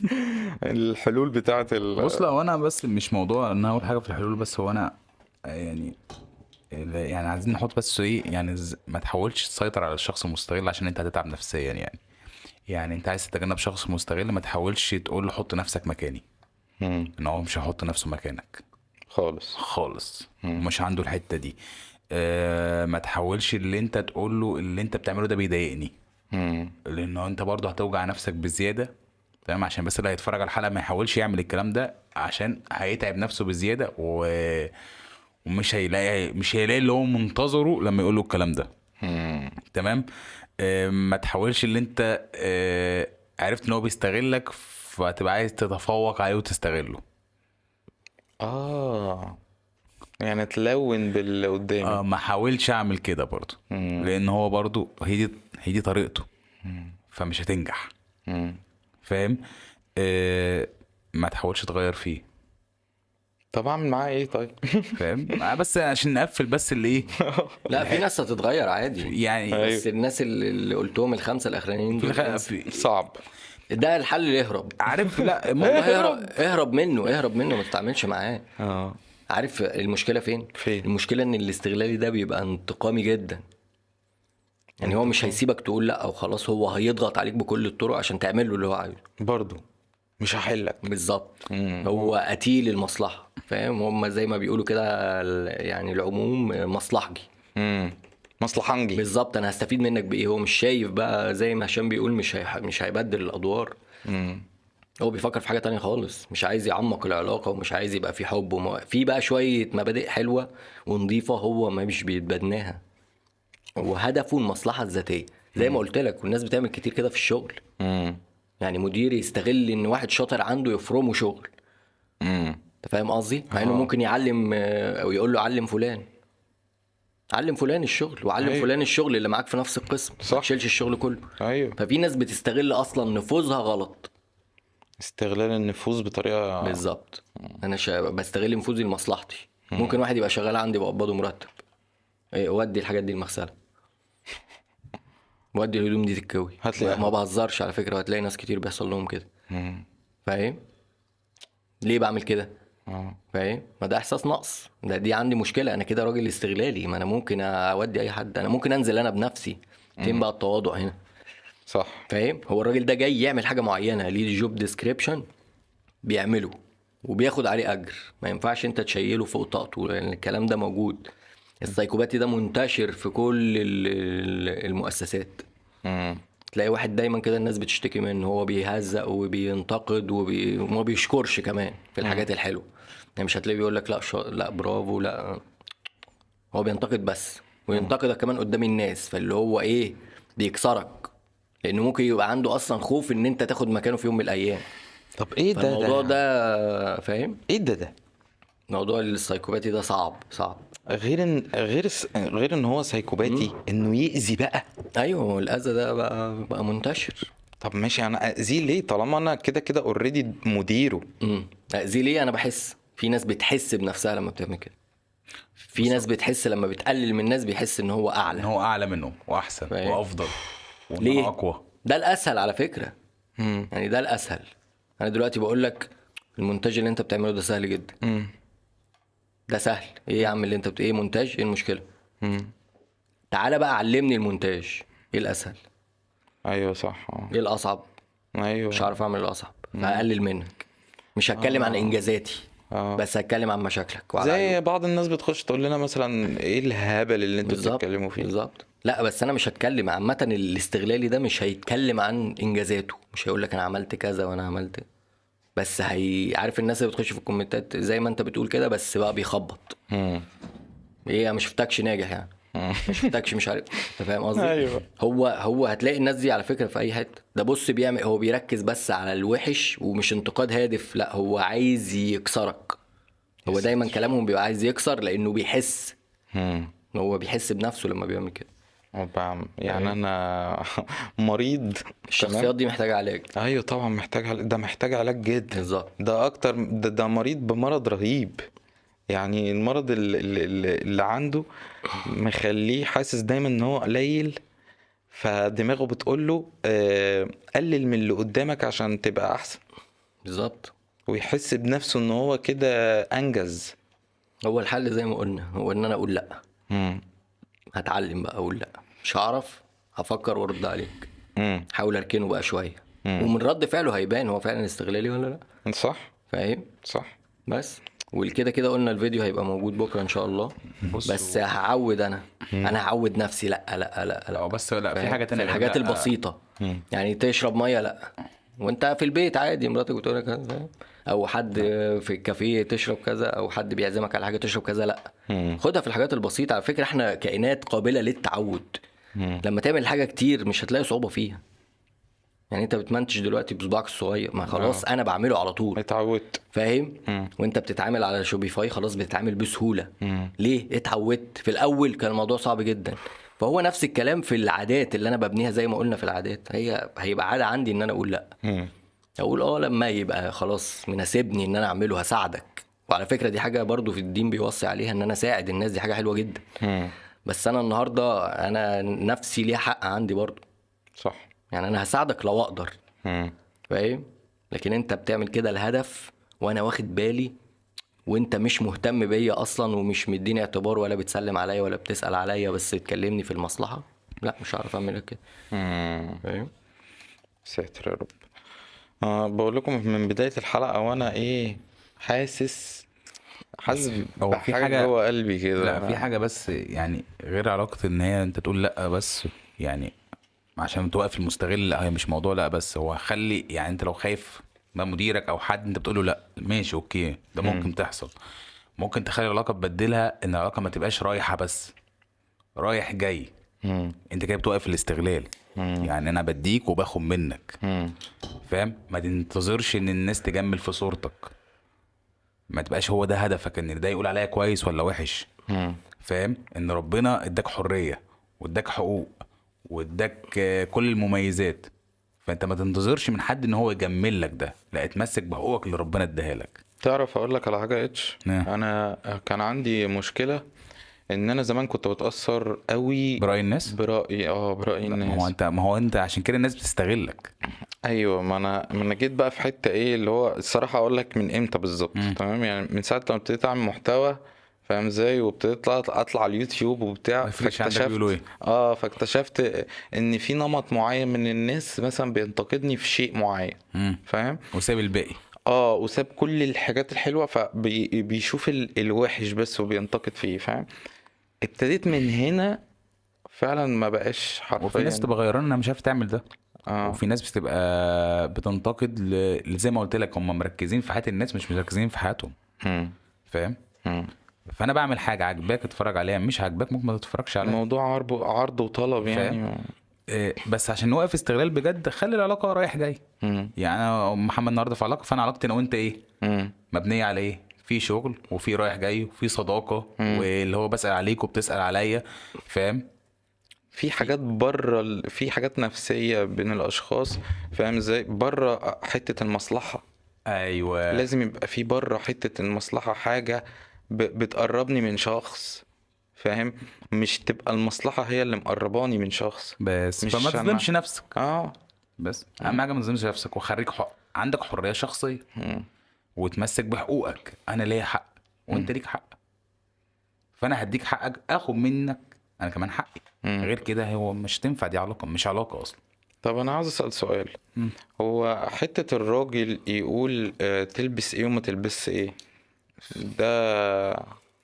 الحلول بتاعت ال بص، لا وانا بس مش موضوع ان انا اقول حاجه في الحلول، بس هو انا يعني يعني عايزين نحط بس ايه يعني ز- ما تحاولش تسيطر على الشخص المستغل عشان انت هتتعب نفسيا يعني. يعني انت عايز تتجنب شخص مستغل، ما تحاولش تقول له حط نفسك مكاني، مم. ان هو مش هيحط نفسه مكانك خالص. خالص، مش عنده الحته دي. اه ما تحاولش اللي انت تقول له اللي انت بتعمله ده بيضايقني، مم. لانه انت برضه هتوجع نفسك بزياده، تمام. عشان بس اللي هيتفرج على الحلقه ما يحاولش يعمل الكلام ده، عشان هيتعب نفسه بزياده و... ومش هيلاقي مش هيلاقي اللي هو منتظره لما يقول له الكلام ده، مم. تمام. آه، ما تحاولش اللي انت آه، عرفت ان هو بيستغلك فتبقى عايز تتفوق عليه وتستغله. اه يعني تلون باللي قدامي. آه، ما حاولش اعمل كده برضو، لان هو برضو هي دي هي دي طريقته، فمش هتنجح، مم. فاهم. آه، ما تحاولش تغير فيه، طب اعمل معاه ايه طيب؟ فاهم. آه، بس عشان نقفل بس اللي ايه لا في ناس هتتغير عادي يعني. أيوة. بس الناس اللي اللي قلتهم الخمسه الاخرانيين في دول الخ... انسى. في صعب. ده الحل اللي يهرب، عارف، لا والله اهرب ممكن اهرب منه، اهرب منه، ما تتعاملش معاه. اه عارف المشكله فين؟ فين؟ المشكله ان الاستغلالي ده بيبقى انتقامي جدا. يعني هو مش هيسيبك تقول لا او خلاص، هو هيضغط عليك بكل الطرق عشان تعمل له اللي هو عايزه. برضو مش هحلك. بالظبط. مم. هو قتيل المصلحه، فاهم. هم زي ما بيقولوا كده ال- يعني العموم مصلحجي. امم مصلحنجي. بالظبط، انا هستفيد منك بايه؟ هو مش شايف بقى زي ما هشام بيقول، مش هي... مش هيبدل الادوار. امم هو بيفكر في حاجه تانية خالص، مش عايز يعمق العلاقه ومش عايز يبقى في حب وم... في بقى شويه مبادئ حلوه ونظيفه هو ما مش بيتبناها، وهدفه المصلحه الذاتيه زي ما قلت لك. والناس بتعمل كتير كده في الشغل، امم يعني مدير يستغل ان واحد شاطر عنده يفرمه شغل، امم انت فاهم قصدي، مع انه ممكن يعلم آه، او يقول له علم فلان، علم فلان الشغل وعلم أيوة. فلان الشغل اللي معاك في نفس القسم، صح. ما تشيلش الشغل كله. ايوه. ففي ناس بتستغل اصلا نفوذها غلط. استغلال النفوذ بطريقه. بالظبط. انا شا... بستغل نفوذي لمصلحتي. ممكن واحد يبقى شغال عندي بقبضه مرتب، إيه، ودي الحاجات دي المغسله، ودي الهدوم دي تتكوي. هات لي ما قهوة. بهزرش على فكره، هتلاقي ناس كتير بيحصل لهم كده، امم فاهم. ليه بعمل كده؟ اه فاهم. ما ده احساس نقص، ده دي عندي مشكله، انا كده راجل استغلالي. ما انا ممكن اودي اي حد، انا ممكن انزل انا بنفسي. فين بقى التواضع هنا؟ صح. فاهم. هو الراجل ده جاي يعمل حاجه معينه، ليه جوب ديسكريبشن بيعمله وبياخد عليه اجر، ما ينفعش انت تشيله فوق طاقته، لان الكلام ده موجود. السايكوباتي ده منتشر في كل ال- ال- المؤسسات. امم تلاقي واحد دايما كده الناس بتشتكي منه، هو بيهزق وبينتقد وبي... وما بيشكرش كمان في الحاجات الحلوه. يعني مش هتلاقيه بيقول لك لا شا... لا برافو، لا، هو بينتقد بس، وينتقدك كمان قدام الناس. فاللي هو ايه، بيكسرك، لانه ممكن يبقى عنده اصلا خوف ان انت تاخد مكانه في يوم من الايام. طب ايه ده فالموضوع ده ده فاهم، ايه ده ده موضوع السايكوباتي ده صعب صعب. غير ان غير الس- غير ان هو سايكوباتي انه يأذي بقى. ايوه الاذى ده بقى بقى منتشر. طب ماشي، انا اذيه ليه طالما انا كده كده اوريدي مديره؟ امم اذي ليه؟ انا بحس في ناس بتحس بنفسها لما بتعمل كده. في ناس بتحس لما بتقلل من الناس بيحس ان هو ان اعلى. هو اعلى منه واحسن فاهم. وافضل ليه؟ وانه اقوى. ده الاسهل على فكره. مم. يعني ده الاسهل. انا دلوقتي بقول لك المونتاج اللي انت بتعمله ده سهل جدا. مم. ده سهل. ايه يا عم اللي انت بت... ايه مونتاج؟ ايه المشكله؟ مم. تعالى بقى علمني المونتاج. ايه الاسهل؟ ايوه صح. اه ايه الاصعب؟ ايوه. مش هعرف اعمل الاصعب، فهقلل منك. مش هتكلم عن انجازاتي، اه بس هتكلم عن مشاكلك وعلى زي عيوبك. بعض الناس بتخش تقول لنا مثلا ايه الهبل اللي انتوا بالظبط بتتكلموا فيه. بالظبط. لا بس انا مش هتكلم عامه. الاستغلالي ده مش هيتكلم عن انجازاته، مش هيقول لك انا عملت كذا وانا عملت، بس هي عارف الناس اللي بتخش في الكومنتات زي ما انت بتقول كده، بس بقى بيخبط. مم. ايه ما شفتكش ناجح يعني، مم. ما شفتكش مش عارف. انت فاهم قصدي؟ ايوه. هو هو هتلاقي الناس دي على فكره في اي حته. ده بص بيعمل، هو بيركز بس على الوحش ومش انتقاد هادف، لا هو عايز يكسرك. هو دايما كلامهم بيبقى عايز يكسر لانه بيحس. مم. هو بيحس بنفسه لما بيعمل كده. بعمل يعني انا مريض. الشخصيات دي محتاجه علاج. ايوه طبعا محتاج علاج. ده محتاج علاج جدا. بالظبط. ده اكتر. ده, ده مريض بمرض رهيب. يعني المرض اللي, اللي, اللي عنده مخليه حاسس دايما ان هو قليل، فدماغه بتقول له آه قلل من اللي قدامك عشان تبقى احسن، بالظبط. ويحس بنفسه ان هو كده انجز. هو الحل زي ما قلنا هو ان انا اقول لا. مم. هتعلم بقى اقول لا. مش هعرف هفكر وارد عليك. مم. حاول اركنه بقى شويه، مم. ومن رد فعله هيبان هو فعلا استغلالي ولا لا. صح فاهم؟ صح. بس والكده كده قلنا الفيديو هيبقى موجود بكره ان شاء الله. بص بس هعود انا انا هعود نفسي لا لا لا لا, لا بس لا في فاهم؟ حاجه في تانية الحاجات لا. البسيطه. مم. يعني تشرب ميه لا، وانت في البيت عادي مراتك بتقول لك كذا، او حد في الكافيه تشرب كذا، او حد بيعزمك على حاجه تشرب كذا لا. مم. خدها في الحاجات البسيطه. على فكره احنا كائنات قابله للتعود. مم. لما تعمل حاجه كتير مش هتلاقي صعوبه فيها. يعني انت بتمنتج دلوقتي بصباعك الصغير، ما خلاص انا بعمله على طول. اتعودت. فاهم؟ مم. وانت بتتعامل على شوبيفاي خلاص بتتعامل بسهوله. مم. ليه؟ اتعودت. في الاول كان الموضوع صعب جدا. فهو نفس الكلام في العادات اللي انا ببنيها. زي ما قلنا في العادات، هي هيبقى عاده عندي ان انا اقول لا. مم. اقول اه لما يبقى خلاص مناسبني ان انا اعمله هساعدك. وعلى فكره دي حاجه برضو في الدين بيوصي عليها، ان انا اساعد الناس. دي حاجه حلوه جدا. مم. بس انا النهارده انا نفسي ليها حق عندي برضو. صح. يعني انا هساعدك لو اقدر. مم. فاهم؟ لكن انت بتعمل كده الهدف وانا واخد بالي، وانت مش مهتم بيا اصلا ومش مديني اعتبار ولا بتسلم عليا ولا بتسأل عليا، بس تكلمني في المصلحة. لا مش هعرف اعمل كده. مم. فاهم؟ ساتر يا رب. أه بقول لكم من بداية الحلقة وانا ايه حاسس حاسس هو في بحاجة حاجة- جوه قلبي كده. لا في حاجه بس يعني غير علاقه ان هي انت تقول لا بس يعني عشان توقف المستغل. لا هي مش موضوع لا بس، هو خلي يعني انت لو خايف ما مديرك او حد انت بتقول له لا ماشي اوكي ده ممكن مم. تحصل. ممكن تخلي العلاقه تبدلها ان العلاقه ما تبقاش رايحه بس، رايح جاي. مم. انت كده بتوقف الاستغلال. مم. يعني انا بديك وباخد منك. مم. فاهم؟ ما تنتظرش ان الناس تجمل في صورتك. ما تبقاش هو ده هدفك ان ده يقول عليا كويس ولا وحش. مم. فاهم ان ربنا اداك حريه واداك حقوق واداك آه، كل المميزات. فانت ما تنتظرش من حد ان هو يجمل لك ده، لا اتمسك بحقوقك اللي ربنا اداها لك. تعرف اقول لك على حاجة اتش؟ نعم. انا كان عندي مشكلة ان انا زمان كنت بتأثر قوي برأي الناس. برأيي اه برأي لا، ما هو الناس. انت ما هو انت عشان كده الناس بتستغلك. ايوه ما انا ما انا جيت بقى في حته ايه اللي هو الصراحه اقول لك من امتى بالظبط. مم. تمام يعني من ساعه لما ابتديت اعمل محتوى، فاهم ازاي، وابتديت اطلع اطلع على اليوتيوب وبتاع، ما يفرقش عندك بيقولوا ايه. اه فاكتشفت ان في نمط معين من الناس مثلا بينتقدني في شيء معين، مم. فاهم. وساب الباقي. اه وساب كل الحاجات الحلوه فبيشوف ال- الوحش بس وبينتقد فيه، فاهم. ابتديت من هنا فعلا ما بقاش حرفيا. وفي ناس تبقى غيران انا مش عارف تعمل ده. اه وفي ناس بتبقى بتنتقد ل... زي ما قلت لك هم مركزين في حياة الناس مش مركزين في حياتهم. مم. فاهم؟ مم. فانا بعمل حاجه عجباك اتفرج عليها، مش عجباك ممكن ما تتفرجش عليها. الموضوع عرض عرض وطلب يعني. إيه، بس عشان نوقف استغلال بجد خلي العلاقه رايح جاي. مم. يعني انا ومحمد النهارده في علاقه، فانا علاقتي انا وانت ايه مم. مبنيه على ايه؟ في شغل وفي رايح جاي وفي صداقه مم. واللي هو بسال عليك وبتسال عليا. فاهم؟ في حاجات بره ال... في حاجات نفسية بين الاشخاص، فاهم ازاي، بره حتة المصلحة. ايوه لازم يبقى في بره حتة المصلحة حاجة ب... بتقربني من شخص، فاهم، مش تبقى المصلحة هي اللي مقرباني من شخص. بس مش فما أنا. تظلمش نفسك. اه بس اهم حاجه ما تظلمش نفسك، وخليك حق. عندك حريه شخصيه مم. وتمسك بحقوقك. انا ليا حق وانت ليك حق، فانا هديك حقك، اخد منك انا كمان حقي. مم. غير كده هو مش تنفع، دي علاقه مش علاقه اصلا. طب انا عاوز اسال سؤال. مم. هو حته الراجل يقول آه، تلبس ايه وما تلبس ايه، ده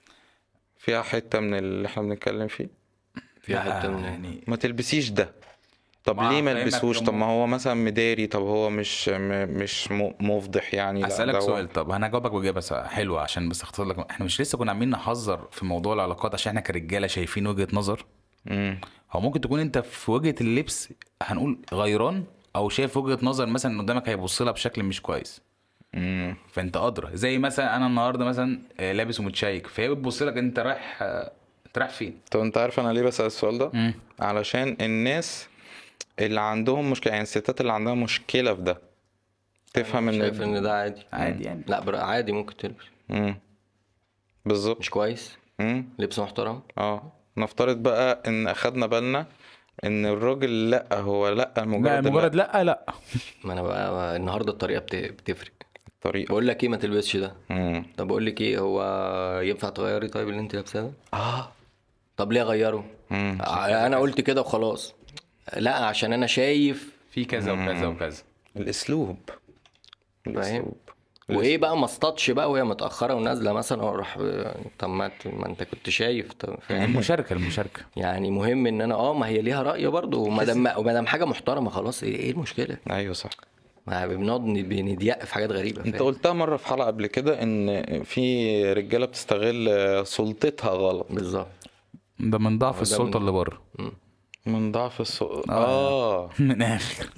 فيها حته من اللي احنا بنتكلم فيه؟ فيها لا، حته من يعني ما تلبسيش ده. طب ما ليه ما فاهمك يلبسوش؟ طب يا ما هو مثلا مداري، طب هو مش م- مش م- مفضح يعني؟ لا اسالك ده هو. سؤال. طب انا هجاوبك باجابه س- حلوه عشان بس اختصر لك. احنا مش لسه كنا عاملين نحذر في موضوع العلاقات عشان احنا كرجاله شايفين وجهه نظر؟ مم. هو ممكن تكون انت في وجهه اللبس هنقول غيران، او شايف وجهه نظر مثلا ان قدامك هيبص لها بشكل مش كويس، مم. فانت ادرى. زي مثلا انا النهارده مثلا آه، لابس ومتشيك، فهي بتبص لك انت رايح آه، انت رايح فين. طب انت عارف انا ليه بسأل السؤال ده؟ مم. علشان الناس اللي عندهم مشكلة، يعني الستات اللي عندها مشكلة في ده، تفهم ان شايف ان ده عادي. عادي يعني. لا برا عادي ممكن تلبس. مم. بالظبط. مش كويس. مم. لبس محترم. اه نفترض بقى ان اخدنا بالنا ان الراجل لا، هو لا لا مجرد مجرد لا لا لا. ما انا بقى النهارده الطريقه بت- بتفرق. الطريقة. بقول لك ايه، ما تلبسش ده. مم. طب بقول لك ايه، هو ينفع تغيري طيب اللي انت لابساه ده؟ اه. طب ليه اغيره؟ مم. ع- انا قلت كده وخلاص. لا عشان انا شايف. في كذا وكذا وكذا. الاسلوب. الاسلوب. وايه بقى ما اصطادش بقى وهي متاخره ونازله مثلا اروح. طب ما ت- ما انت كنت شايف. طب فاهم. المشاركه المشاركه يعني مهم ان انا اه ما هي ليها راي برضه، وما دام وما دام حاجه محترمه خلاص، ايه إيه المشكله؟ ايوه صح. ما بنقعد ن- بنضيق في حاجات غريبه. انت فاهم؟ قلتها مرة في حلقة قبل كده ان في رجالة بتستغل سلطتها غلط. بالظبط. ده من ضعف ده السلطه من- اللي بره. من ضعف السلطة. آه. اه. من اخر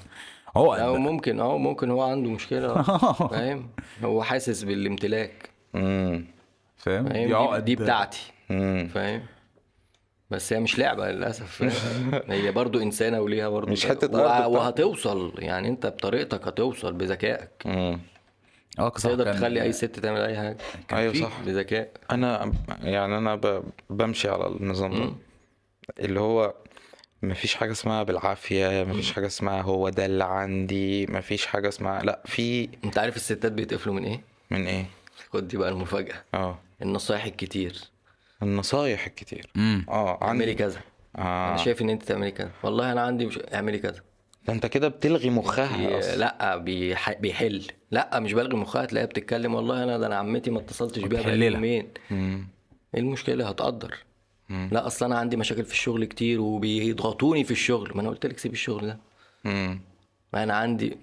هو او قد- ممكن اه ممكن هو عنده مشكله. فاهم. هو حاسس بالامتلاك. امم. فاهم فاهم. دي دي, عقد. دي بتاعتي. امم. فاهم. بس هي مش لعبه للاسف. فاهم؟ هي برضو انسانه وليها برضو. مش حتة وه- أرض بتاع- وهتوصل يعني انت بطريقتك هتوصل بذكائك. امم. اه صح. تقدر كان- تخلي اي ست تعمل اي حاجه كان ايوه في- صح. بذكاء. انا يعني انا ب... بمشي على النظام ده، مم. اللي هو مفيش حاجة اسمها بالعافية، مفيش حاجة اسمها هو ده اللي عندي، مفيش حاجة اسمها لا في. انت عارف الستات بيتقفلوا من ايه؟ من ايه؟ خد دي بقى المفاجاه. اه النصايح الكتير. النصايح الكتير. امم اه اعملي عندي. كذا. اه انا شايف ان انت تعملي كذا. والله انا عندي مش... اعملي كذا. ده انت كده بتلغي مخها بي... اصلا. لا بيح... بيحل. لا مش بلغي مخها. تلاقيها بتتكلم والله انا ده انا عمتي ما اتصلتش بيها بقالي متحللة. يومين. مم. ايه المشكله؟ هتقدر. لا اصلا انا عندي مشاكل في الشغل كتير وبيضغطوني في الشغل. ما انا قلت لك سيب الشغل ده. مم. ما انا عندي.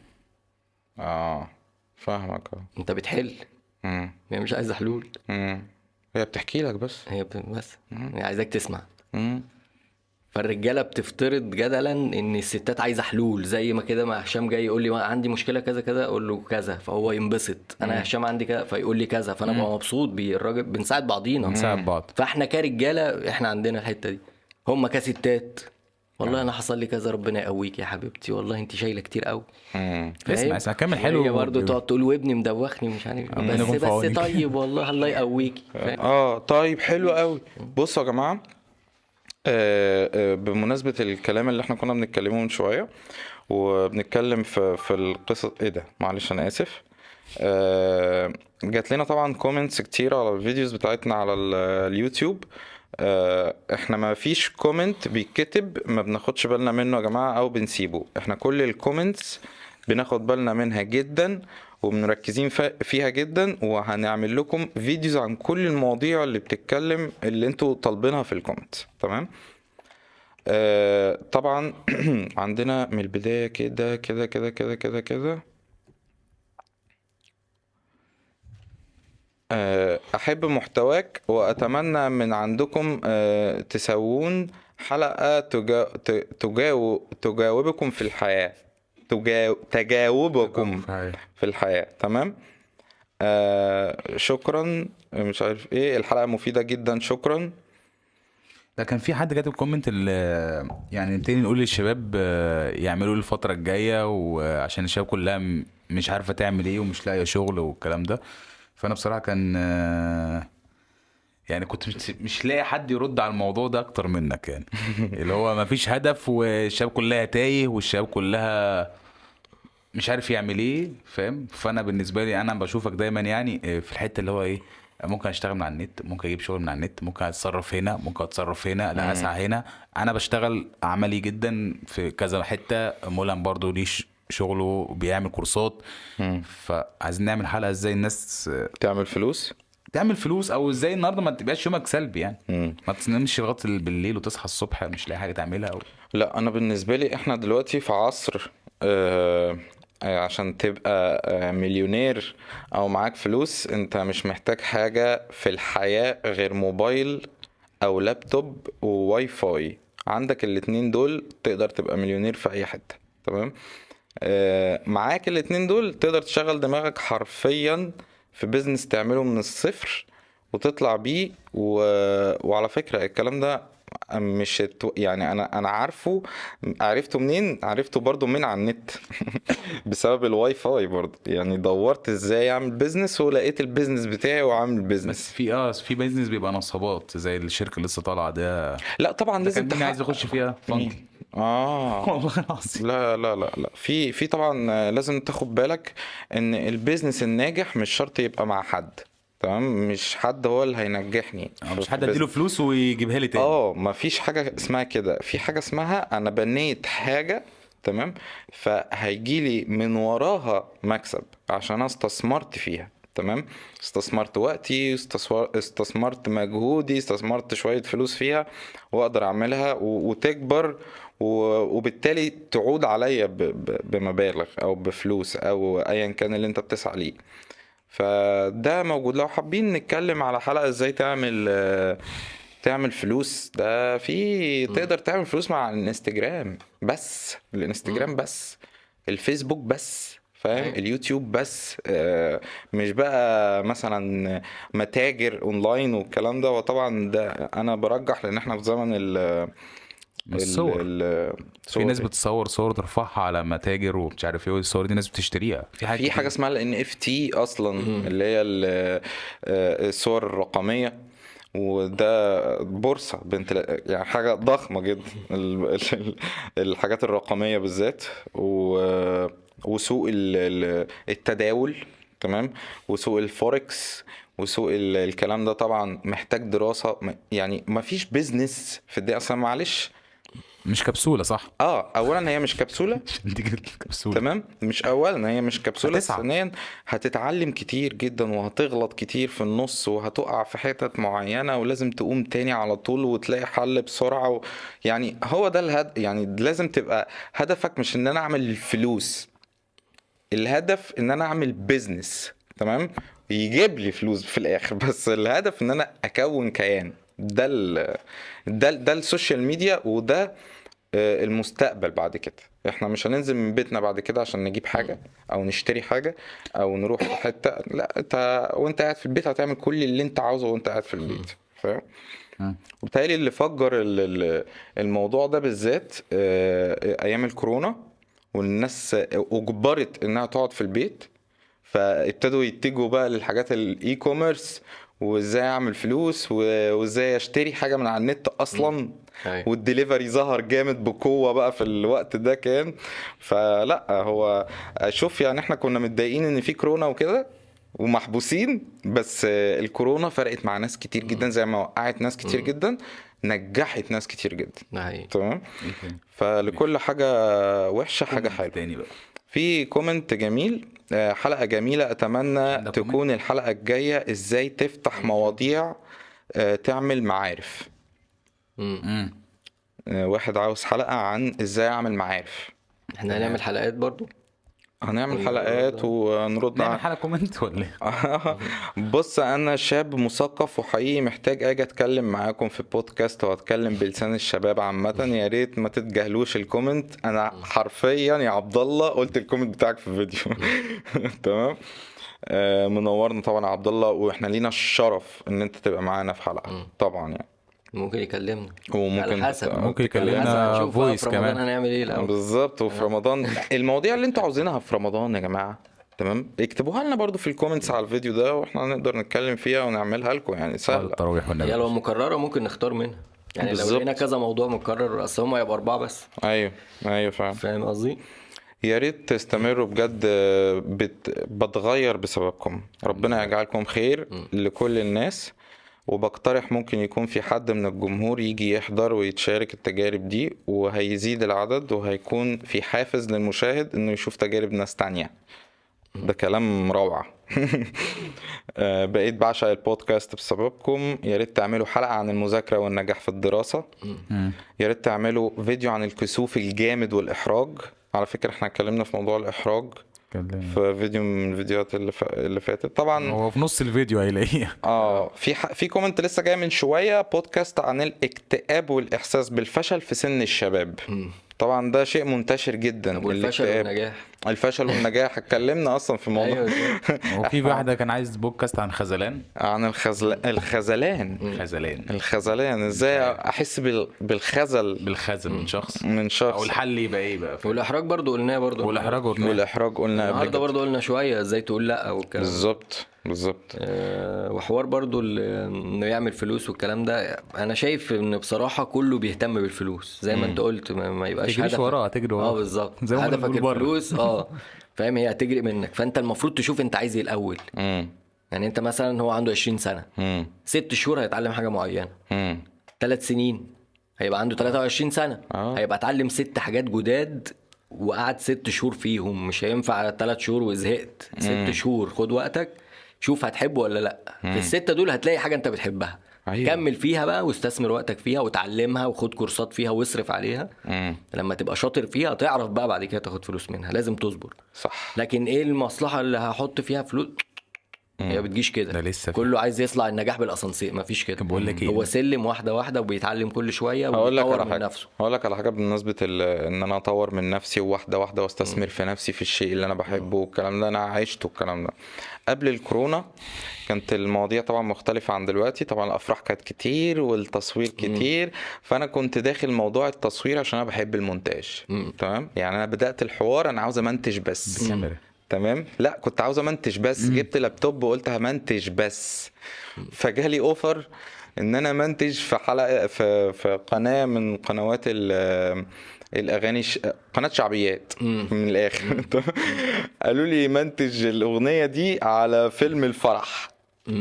اه فاهمك. اه. انت بتحل. مم. هي مش عايزه حلول. مم. هي بتحكي لك بس. هي بت... بس هي عايزاك تسمع. مم. فالرجاله بتفترض جدلا ان الستات عايزه حلول. زي ما كده ما هشام جاي يقول لي ما عندي مشكله كذا كذا، اقول له كذا فهو ينبسط. انا يا هشام عندي كذا فيقول لي كذا، فانا ببقى مبسوط بيه. الراجل بنساعد بعضينا. نساعد بعض. فاحنا كرجاله احنا عندنا الحته دي. هم كستات والله انا حصل لي كذا ربنا يقويك يا حبيبتي، والله انت شايله كتير قوي. مم. اسمع اسمع كمل حلو. هي برضه تقعد تقول وابني مدوخني مش عارف إيه. ربنا بس يكون في بس عونك. طيب والله الله يقويكي. فاهم؟ اه طيب حلو قوي. بصوا يا جماعه، آه آه بمناسبه الكلام اللي احنا كنا بنتكلمه من شويه، وبنتكلم في في القصه ايه ده، معلش انا اسف. آه جات لنا طبعا كومنتس كتير على الفيديوز بتاعتنا على ال- اليوتيوب. آه احنا ما فيش كومنت بيتكتب ما بناخدش بالنا منه يا جماعه او بنسيبه. احنا كل الكومنتس بناخد بالنا منها جدا ومركزين فيها جدا، وهنعمل لكم فيديوز عن كل المواضيع اللي بتتكلم اللي انتوا طالبينها في الكومنت. تمام. آه طبعا عندنا من البداية كده كده كده كده كده كده آه احب محتواك واتمنى من عندكم آه تسوون حلقة تجا... ت- تجاو... تجاوبكم في الحياة، تجا... تجاوبكم في الحياة. تمام. آه شكرا. مش عارف ايه، الحلقة مفيدة جدا، شكرا. ده كان في حد كاتب كومنت اللي يعني نبتدي نقول للشباب آه، يعملوا إيه الفترة الجاية، وعشان الشباب كلها م- مش عارفة تعمل ايه ومش لاقية شغل والكلام ده. فانا بصراحة كان آه، يعني كنت مش, مش لاقي حد يرد على الموضوع ده اكتر منك يعني. اللي هو مفيش هدف والشباب كلها تايه والشباب كلها مش عارف يعمل ايه، فاهم؟ فانا بالنسبه لي انا بشوفك دايما يعني في الحته اللي هو ايه، ممكن اشتغل من على النت، ممكن اجيب شغل من على النت، ممكن اتصرف هنا، ممكن اتصرف هنا، لا اسعى هنا. انا بشتغل عملي جدا في كذا حته. مولان برضو ليه ش- شغله بيعمل كورسات. فعايزين نعمل حلقه ازاي الناس تعمل فلوس. تعمل فلوس، او ازاي النهارده ما تبقاش يومك سلبي يعني. مم. ما تنامش لغايه بالليل وتصحى الصبح مش لاقي حاجه تعملها أو... لا انا بالنسبه لي احنا دلوقتي في عصر آه آه، عشان تبقى آه، مليونير او معاك فلوس، انت مش محتاج حاجه في الحياه غير موبايل او لابتوب وواي فاي. عندك الاتنين دول تقدر تبقى مليونير في اي حته. تمام. آه، معاك الاتنين دول تقدر تشغل دماغك حرفيا في بيزنس تعمله من الصفر وتطلع بيه و... وعلى فكرة الكلام ده مش التو... يعني انا انا عارفه. عرفته منين؟ عرفته برضو من على النت بسبب الواي فاي برضو. يعني دورت ازاي اعمل بيزنس ولقيت البيزنس بتاعي وعامل بس بيزنس. في اه في بيزنس بيبقى نصابات زي الشركه اللي لسه طالعه ده. لا طبعا ده لازم كان مين عايز تحقق. يخش فيها؟ فانكي. اه والله العظيم. لا لا لا لا في في طبعا لازم تاخد بالك ان البيزنس الناجح مش شرط يبقى مع حد. تمام. مش حد هو اللي هينجحني آه، في- مش في حد اديله business. فلوس ويجيبها لي تاني. اه ما فيش حاجة اسمها كده. في حاجة اسمها انا بنيت حاجة، تمام، فهيجيلي من وراها مكسب عشان استثمرت فيها. تمام. استثمرت وقتي، استثمر- استثمرت مجهودي، استثمرت شوية فلوس فيها واقدر اعملها و- وتكبر و- وبالتالي تعود عليا ب- ب- بمبالغ او بفلوس او ايا كان اللي انت بتسعى ليه. فده موجود. لو حابين نتكلم على حلقة ازاي تعمل آه، تعمل فلوس، ده في تقدر تعمل فلوس مع الانستجرام بس. الانستجرام بس. الفيسبوك بس. فاهم؟ أيوة. اليوتيوب بس. آه، مش بقى مثلا متاجر اونلاين والكلام ده. وطبعا ده انا برجح لان احنا في زمن ال مش ال صور. ال في ناس صور. بتصور صور ترفعها على متاجر ومش عارف ايه، والصور دي ناس بتشتريها في حاجات في حاجه كتير. اسمها ال إن إف تي اصلا، اللي هي ال- آه، الصور الرقميه. وده بورصة بنت ل- يعني حاجة ضخمة جدا ال- ال- الحاجات الرقمية بالذات. و- وسوق ال- ال- التداول. تمام. وسوق الفوركس وسوق ال- الكلام ده طبعا محتاج دراسة. م- يعني مفيش بيزنس في الدنيا اصلا. معلش. مش كبسوله صح؟ اه اولا هي مش كبسولة. عشان تيجي الكبسوله. تمام. مش اولا هي مش كبسوله. هتسعى. ثانيا هتتعلم كتير جدا وهتغلط كتير في النص وهتقع في حتت معينه ولازم تقوم تاني على طول وتلاقي حل بسرعه و... يعني هو ده الهد... يعني لازم تبقى هدفك مش ان انا اعمل الفلوس. الهدف ان انا اعمل بيزنس. تمام. يجيب لي فلوس في الاخر. بس الهدف ان انا اكون كيان. ده ال... ده ده السوشيال ميديا. وده آه، المستقبل بعد كده. احنا مش هننزل من بيتنا بعد كده عشان نجيب حاجة او نشتري حاجة او نروح في حتة. لا انت وانت قاعد في البيت هتعمل كل اللي انت عاوزه وانت قاعد في البيت. فاهم؟ مم. وبالتالي اللي فجر ال- ال- الموضوع ده بالذات آه، ايام الكورونا، والناس اجبرت انها تقعد في البيت. فابتدوا يتجهوا بقى للحاجات الاي كوميرس وازاي اعمل فلوس و- وازاي اشتري حاجة من على النت اصلا. أيوة. والدليفري ظهر جامد بقوة بقى في الوقت ده كان. فلا هو شوف يعني احنا كنا متضايقين ان في كورونا وكده ومحبوسين. بس الكورونا فرقت مع ناس كتير جدا زي ما وقعت ناس كتير جدا نجحت ناس كتير جدا. ده حقيقي. تمام. ايه تاني؟ فلكل حاجة وحشة حاجة حلوة. تاني بقى. في كومنت جميل. آه، حلقة جميلة. أتمنى عندك تكون الحلقة الجاية إزاي تفتح مواضيع آه، تعمل معارف. مم. امم آه، واحد عاوز حلقة عن إزاي أعمل معارف. احنا هنعمل حلقات برضو. هنعمل ولا- حلقات ونرد نعمل على حلقه كومنت ولا ايه؟ بص انا شاب مثقف وحقيقي محتاج اجي اتكلم معاكم في بودكاست واتكلم بلسان الشباب عامه. يا ريت ما تتجاهلوش الكومنت. انا حرفيا يا عبد الله قلت الكومنت بتاعك في الفيديو. تمام. آه، منورنا طبعا يا عبد الله. واحنا لينا الشرف ان انت تبقى معانا في حلقه طبعا يعني. ممكن يكلمنا. وممكن على حسب. ممكن تكلمنا. يكلمنا على حسب. هنشوف بقى voice في رمضان كمان. هنعمل ايه الاول. بالظبط. وفي رمضان المواضيع اللي انتوا عاوزينها في رمضان يا جماعه تمام. اكتبوها لنا برضو في الكومنتس على الفيديو ده واحنا نقدر نتكلم فيها ونعملها لكم، يعني صلاة سهله. التراويح والنبي. هي لو مكرره ممكن نختار منها، يعني لو بالظبط. لقينا كذا موضوع مكرر اصل هم هيبقوا اربعه بس، ايوه ايوه فاهم. فاهم قصدي؟ يا ريت تستمروا بجد، بت... بتغير بسببكم، ربنا يجعلكم خير لكل الناس. وبقترح ممكن يكون في حد من الجمهور يجي يحضر ويتشارك التجارب دي، وهيزيد العدد وهيكون في حافز للمشاهد انه يشوف تجارب ناس تانية. ده كلام روعة. آه، بقيت بعشق البودكاست بسببكم. يا ريت تعملوا حلقة عن المذاكرة والنجاح في الدراسة. يا ريت تعملوا فيديو عن الكسوف الجامد والإحراج. على فكرة احنا اتكلمنا في موضوع الإحراج كلمني. في فيديو من الفيديوهات اللي, ف... اللي فاتت طبعا. هو في نص الفيديو هيلاقيه. اه في ح... في كومنت لسه جاي من شوية، بودكاست عن الاكتئاب والإحساس بالفشل في سن الشباب. طبعا ده شيء منتشر جدا. والفشل الاكتئاب. والنجاح. الفشل والنجاح اتكلمنا اصلا في الموضوع. ايوه هو في واحده كان عايز بودكاست عن خذلان. عن الخزل... الخذلان. خذلان. الخذلان ازاي احس بال... بالخذل بالخذل من شخص، من او شخص. الحل يبقى ايه بقى؟ والاحراج برضو قلناه برضو، والاحراج والنجاح. والاحراج قلنا قبل النهارده كده. برضو قلنا شويه ازاي تقول لا والكلام ده. بالظبط بالظبط. آه، وحوار برضو ال- انه يعمل فلوس والكلام ده. انا شايف ان بصراحه كله بيهتم بالفلوس زي ما انت قلت، ما, ما يبقاش تجريش هدفك وراه، تجري وراه. اه بالظبط، زي ما هدفك بنقول بره. الفلوس اه فاهم، هي هتجري منك. فانت المفروض تشوف انت عايز ايه الاول. امم يعني انت مثلا هو عنده عشرين سنه، امم ست شهور هيتعلم حاجه معينه، امم ثلاث سنين هيبقى عنده ثلاثة وعشرين سنه، آه. هيبقى اتعلم ست حاجات جداد وقعد ست شهور فيهم. مش هينفع ثلاث شهور وزهقت. ست شهور خد وقتك، شوف هتحبه ولا لا. في الستة دول هتلاقي حاجة انت بتحبها. أيوة. كمل فيها بقى واستثمر وقتك فيها وتعلمها وخد كورسات فيها واصرف عليها. امم لما تبقى شاطر فيها تعرف بقى بعد كده تاخد فلوس منها. لازم تصبر. صح. لكن ايه المصلحة اللي هحط فيها فلوس؟ هي بتجيش كده. ده لسه في- كله عايز يطلع النجاح بالاسانسير، مفيش كده. طب بقول لك ايه؟ هو سلم واحده واحده وبيتعلم كل شويه هقول لك ويطور على من حاجه نفسه. هقول لك على حاجه بمناسبه ال- ان انا اطور من نفسي واحده واحده واستثمر في نفسي في الشيء اللي انا بحبه والكلام ده. انا عشته الكلام ده قبل الكورونا. كانت المواضيع طبعا مختلفه عن دلوقتي. طبعا الافراح كانت كتير والتصوير كتير. فانا كنت داخل موضوع التصوير عشان انا بحب المونتاج. تمام. يعني انا بدات الحوار انا عاوز امنتج بس. بالكاميرا. تمام. لا كنت عاوز امنتج بس. جبت لابتوب وقلت همنتج بس. فجالي اوفر ان انا منتج في حلقه في في قناه من قنوات ال الاغاني ش... قناه شعبيات من الاخر. قالوا لي منتج الاغنيه دي على فيلم الفرح.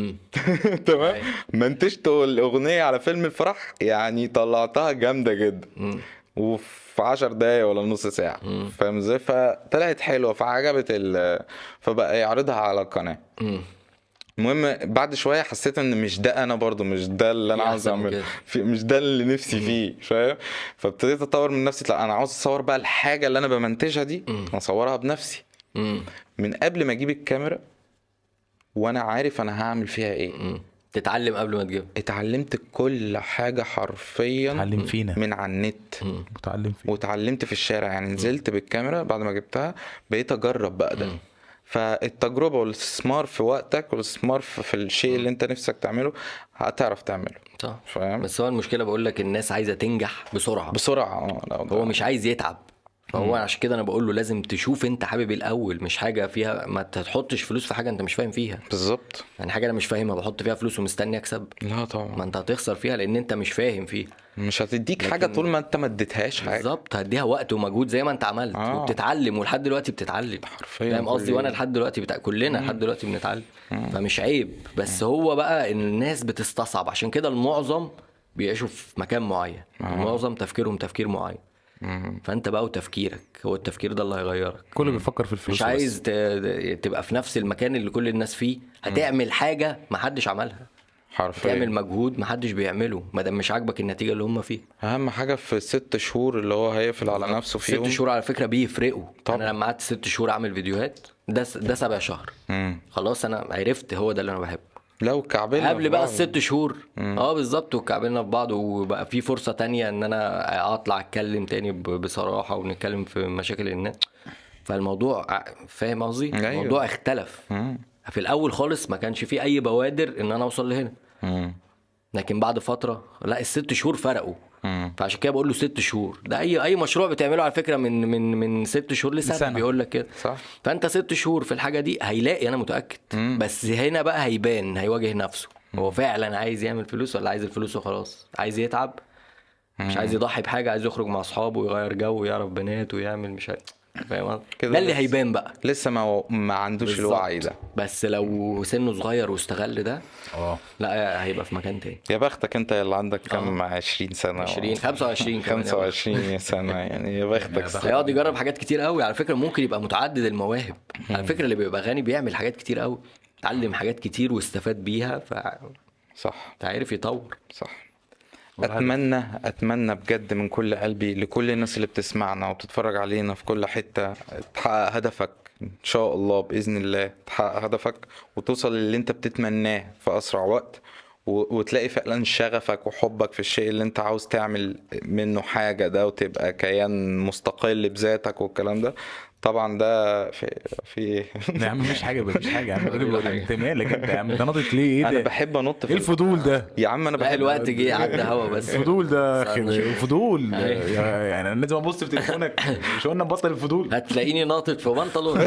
تمام. منتجت الاغنيه على فيلم الفرح، يعني طلعتها جامده جدا وفي عشر دقايق ولا نص ساعه. فاهم ازاي؟ فطلعت حلوه فعجبت ال... فبقى يعرضها على القناه. المهم بعد شويه حسيت ان مش ده انا برضو مش ده اللي انا في عاوز أحسن من اعمله كده. في مش ده اللي نفسي فيه. فاهم؟ فابتديت اطور من نفسي. لا انا عاوز اصور بقى الحاجه اللي انا بمنتجها دي اصورها بنفسي مم. من قبل ما اجيب الكاميرا وانا عارف انا هعمل فيها ايه. مم. تتعلم قبل ما تجيبها. اتعلمت كل حاجه حرفيا اتعلم فينا. من على النت. متعلم فيه. واتعلمت في الشارع. يعني نزلت بالكاميرا بعد ما جبتها بقيت اجرب بقى ده. فالتجربه والاستثمار في وقتك والاستثمار في في الشيء اللي انت نفسك تعمله هتعرف تعمله. صح. فاهم؟ بس هو المشكله بقول لك الناس عايزه تنجح بسرعه، بسرعه. اه لا هو مش عايز يتعب. فهو عشان كده انا بقول له لازم تشوف انت حابب الاول، مش حاجه فيها ما تحطش فلوس في حاجه انت مش فاهم فيها. بالظبط. يعني حاجه انا مش فاهمها بحط فيها فلوس ومستني اكسب، لا ما طبعا انت هتخسر فيها لان انت مش فاهم فيها. مش هتديك حاجه طول ما انت ما اديتهاش حاجه. بالظبط، هديها وقت ومجهود زي ما انت عملت. آه. وبتتعلم ولحد دلوقتي بتتعلم. حرفيا فاهم كل قصدي؟ وانا يوم. لحد دلوقتي بتاع كلنا لحد دلوقتي بنتعلم. فمش عيب. بس هو بقى إن الناس بتستصعب، عشان كده المعظم بيعيشوا في مكان معين. المعظم تفكيرهم تفكير معين. فانت بقى وتفكيرك هو التفكير ده اللي هيغيرك. كله بيفكر في الفلوس مش عايز ت- تبقى في نفس المكان اللي كل الناس فيه. هتعمل حاجه محدش عملها، حرفيا تعمل مجهود محدش بيعمله ما دام مش عاجبك النتيجه اللي هم فيها. اهم حاجه في الست شهور اللي هو هيقفل على نفسه فيهم. ست شهور على فكره بيفرقوا. طبعا. انا لما قعدت ست شهور اعمل فيديوهات ده س- ده سبع شهر. مم. خلاص انا عرفت هو ده اللي انا بحبه. لو كعبنا قبل بقى الست شهور اه بالظبط وكعبلنا في بعض وبقى في فرصه تانية ان انا اطلع اتكلم تاني ب- بصراحه ونتكلم في مشاكل الناس. فالموضوع ع- فاهم قصدي؟ أيوة. الموضوع اختلف. في الاول خالص ما كانش فيه اي بوادر ان انا اوصل لهنا، مم. لكن بعد فتره لا الست شهور فرقوا. مم. فعشان كده بقول له ست شهور. ده اي اي مشروع بتعمله على فكره من من من ست شهور لسنه, لسنة. بيقول لك كده. صح. فانت ست شهور في الحاجه دي هيلاقي، انا متاكد. مم. بس هنا بقى هيبان، هيواجه نفسه هو فعلا عايز يعمل فلوس ولا عايز الفلوس وخلاص، عايز يتعب مش عايز يضحي بحاجه، عايز يخرج مع اصحابه ويغير جو ويعرف بنات ويعمل مش عارف. فاهم قصدي؟ كده ده اللي لسه- هيبان بقى. لسه ما ما عندوش بالظبط. الوعي ده. بس لو سنه صغير واستغل ده اه لا هيبقى في مكان تاني. يا بختك انت اللي عندك كم عشرين سنة عشرين خمسة وعشرين كمان. خمسة وعشرين سنة يعني. يا بختك. يا بخت. هيقعد يجرب حاجات كتير قوي على فكره، ممكن يبقى متعدد المواهب. على فكره اللي بيبقى غني بيعمل حاجات كتير قوي، اتعلم حاجات كتير واستفاد بيها، صح فعارف يطور. صح. اتمنى اتمنى بجد من كل قلبي لكل الناس اللي بتسمعنا وبتتفرج علينا في كل حتة تحقق هدفك ان شاء الله، باذن الله تحقق هدفك وتوصل للي انت بتتمناه في اسرع وقت، و- وتلاقي فعلا شغفك وحبك في الشيء اللي انت عاوز تعمل منه حاجة ده، وتبقى كيان مستقل بذاتك والكلام ده. طبعا ده في في يا عم مفيش حاجه مفيش حاجه يا عم الراجل انت مالك انت يا عم ده ناطط ليه ايه انا ده بحب انط في ايه الفضول ده يا عم انا لا بحب الوقت جه عدى هوا بس. الفضول ده استنى. فضول أيوة. يعني انا لازم ابص في تليفونك مش قلنا نبطل الفضول هتلاقيني ناطط في بنطلون.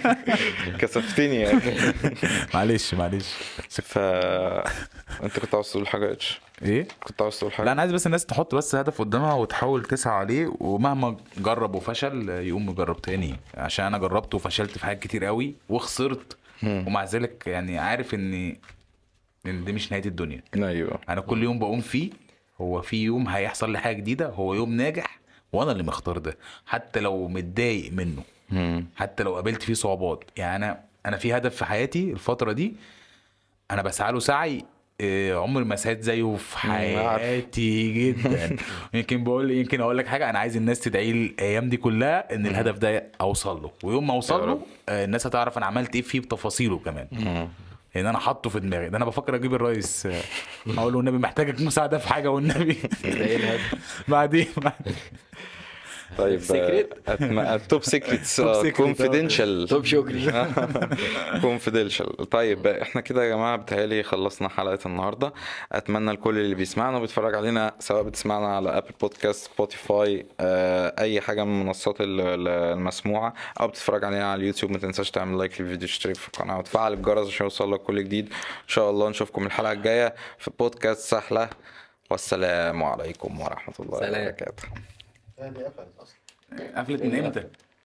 كسفتني يا اخي. معلش معلش ف انت كنت عاوز تقول حاجه يا اتش؟ ايه كنت عاوز تقول لا حاجه؟ انا عايز بس الناس تحط بس هدف قدامها وتحاول تسعى عليه، ومهما جرب وفشل يقوم يجرب تاني، عشان انا جربت وفشلت في حاجات كتير قوي وخسرت، ومع ذلك يعني عارف ان ان دي مش نهايه الدنيا. ايوه انا كل يوم بقوم فيه هو في يوم هيحصل لي حاجه جديده، هو يوم ناجح وانا اللي مختار ده، حتى لو متضايق منه، مم. حتى لو قابلت فيه صعوبات. يعني انا انا في هدف في حياتي الفتره دي انا بسعى له سعي آه، عمر ما سعيت زيه في حياتي جدا. يمكن بقول يمكن اقول لك حاجه، انا عايز الناس تدعي لي الايام دي كلها ان الهدف ده اوصل له، ويوم ما اوصل يا له رب. آه، الناس هتعرف انا عملت ايه فيه بتفاصيله كمان، لان انا حاطه في دماغي. ده انا بفكر اجيب الرئيس آه، اقول له النبي محتاجك مساعده في حاجه والنبي. ايه الهدف؟ بعدين طيب سيكريت؟ التوب سيكريتس توب سيكريت، آه. كونفيدنشال طب شكري. كونفيدنشال. طيب احنا كده يا جماعه بتهيألي خلصنا حلقه النهارده. اتمنى لكل اللي بيسمعنا وبيتفرج علينا، سواء بتسمعنا على ابل بودكاست، سبوتيفاي، آه، اي حاجه من المنصات ال- ال- المسموعه، او بتتفرج علينا على اليوتيوب، ما تنساش تعمل لايك للفيديو، اشترك في القناه وتفعل الجرس عشان يوصل لك كل جديد. ان شاء الله نشوفكم الحلقه الجايه في بودكاست سهله، والسلام عليكم ورحمه الله سلام. وبركاته. هذه قفلت اصلا. قفلت من امتى؟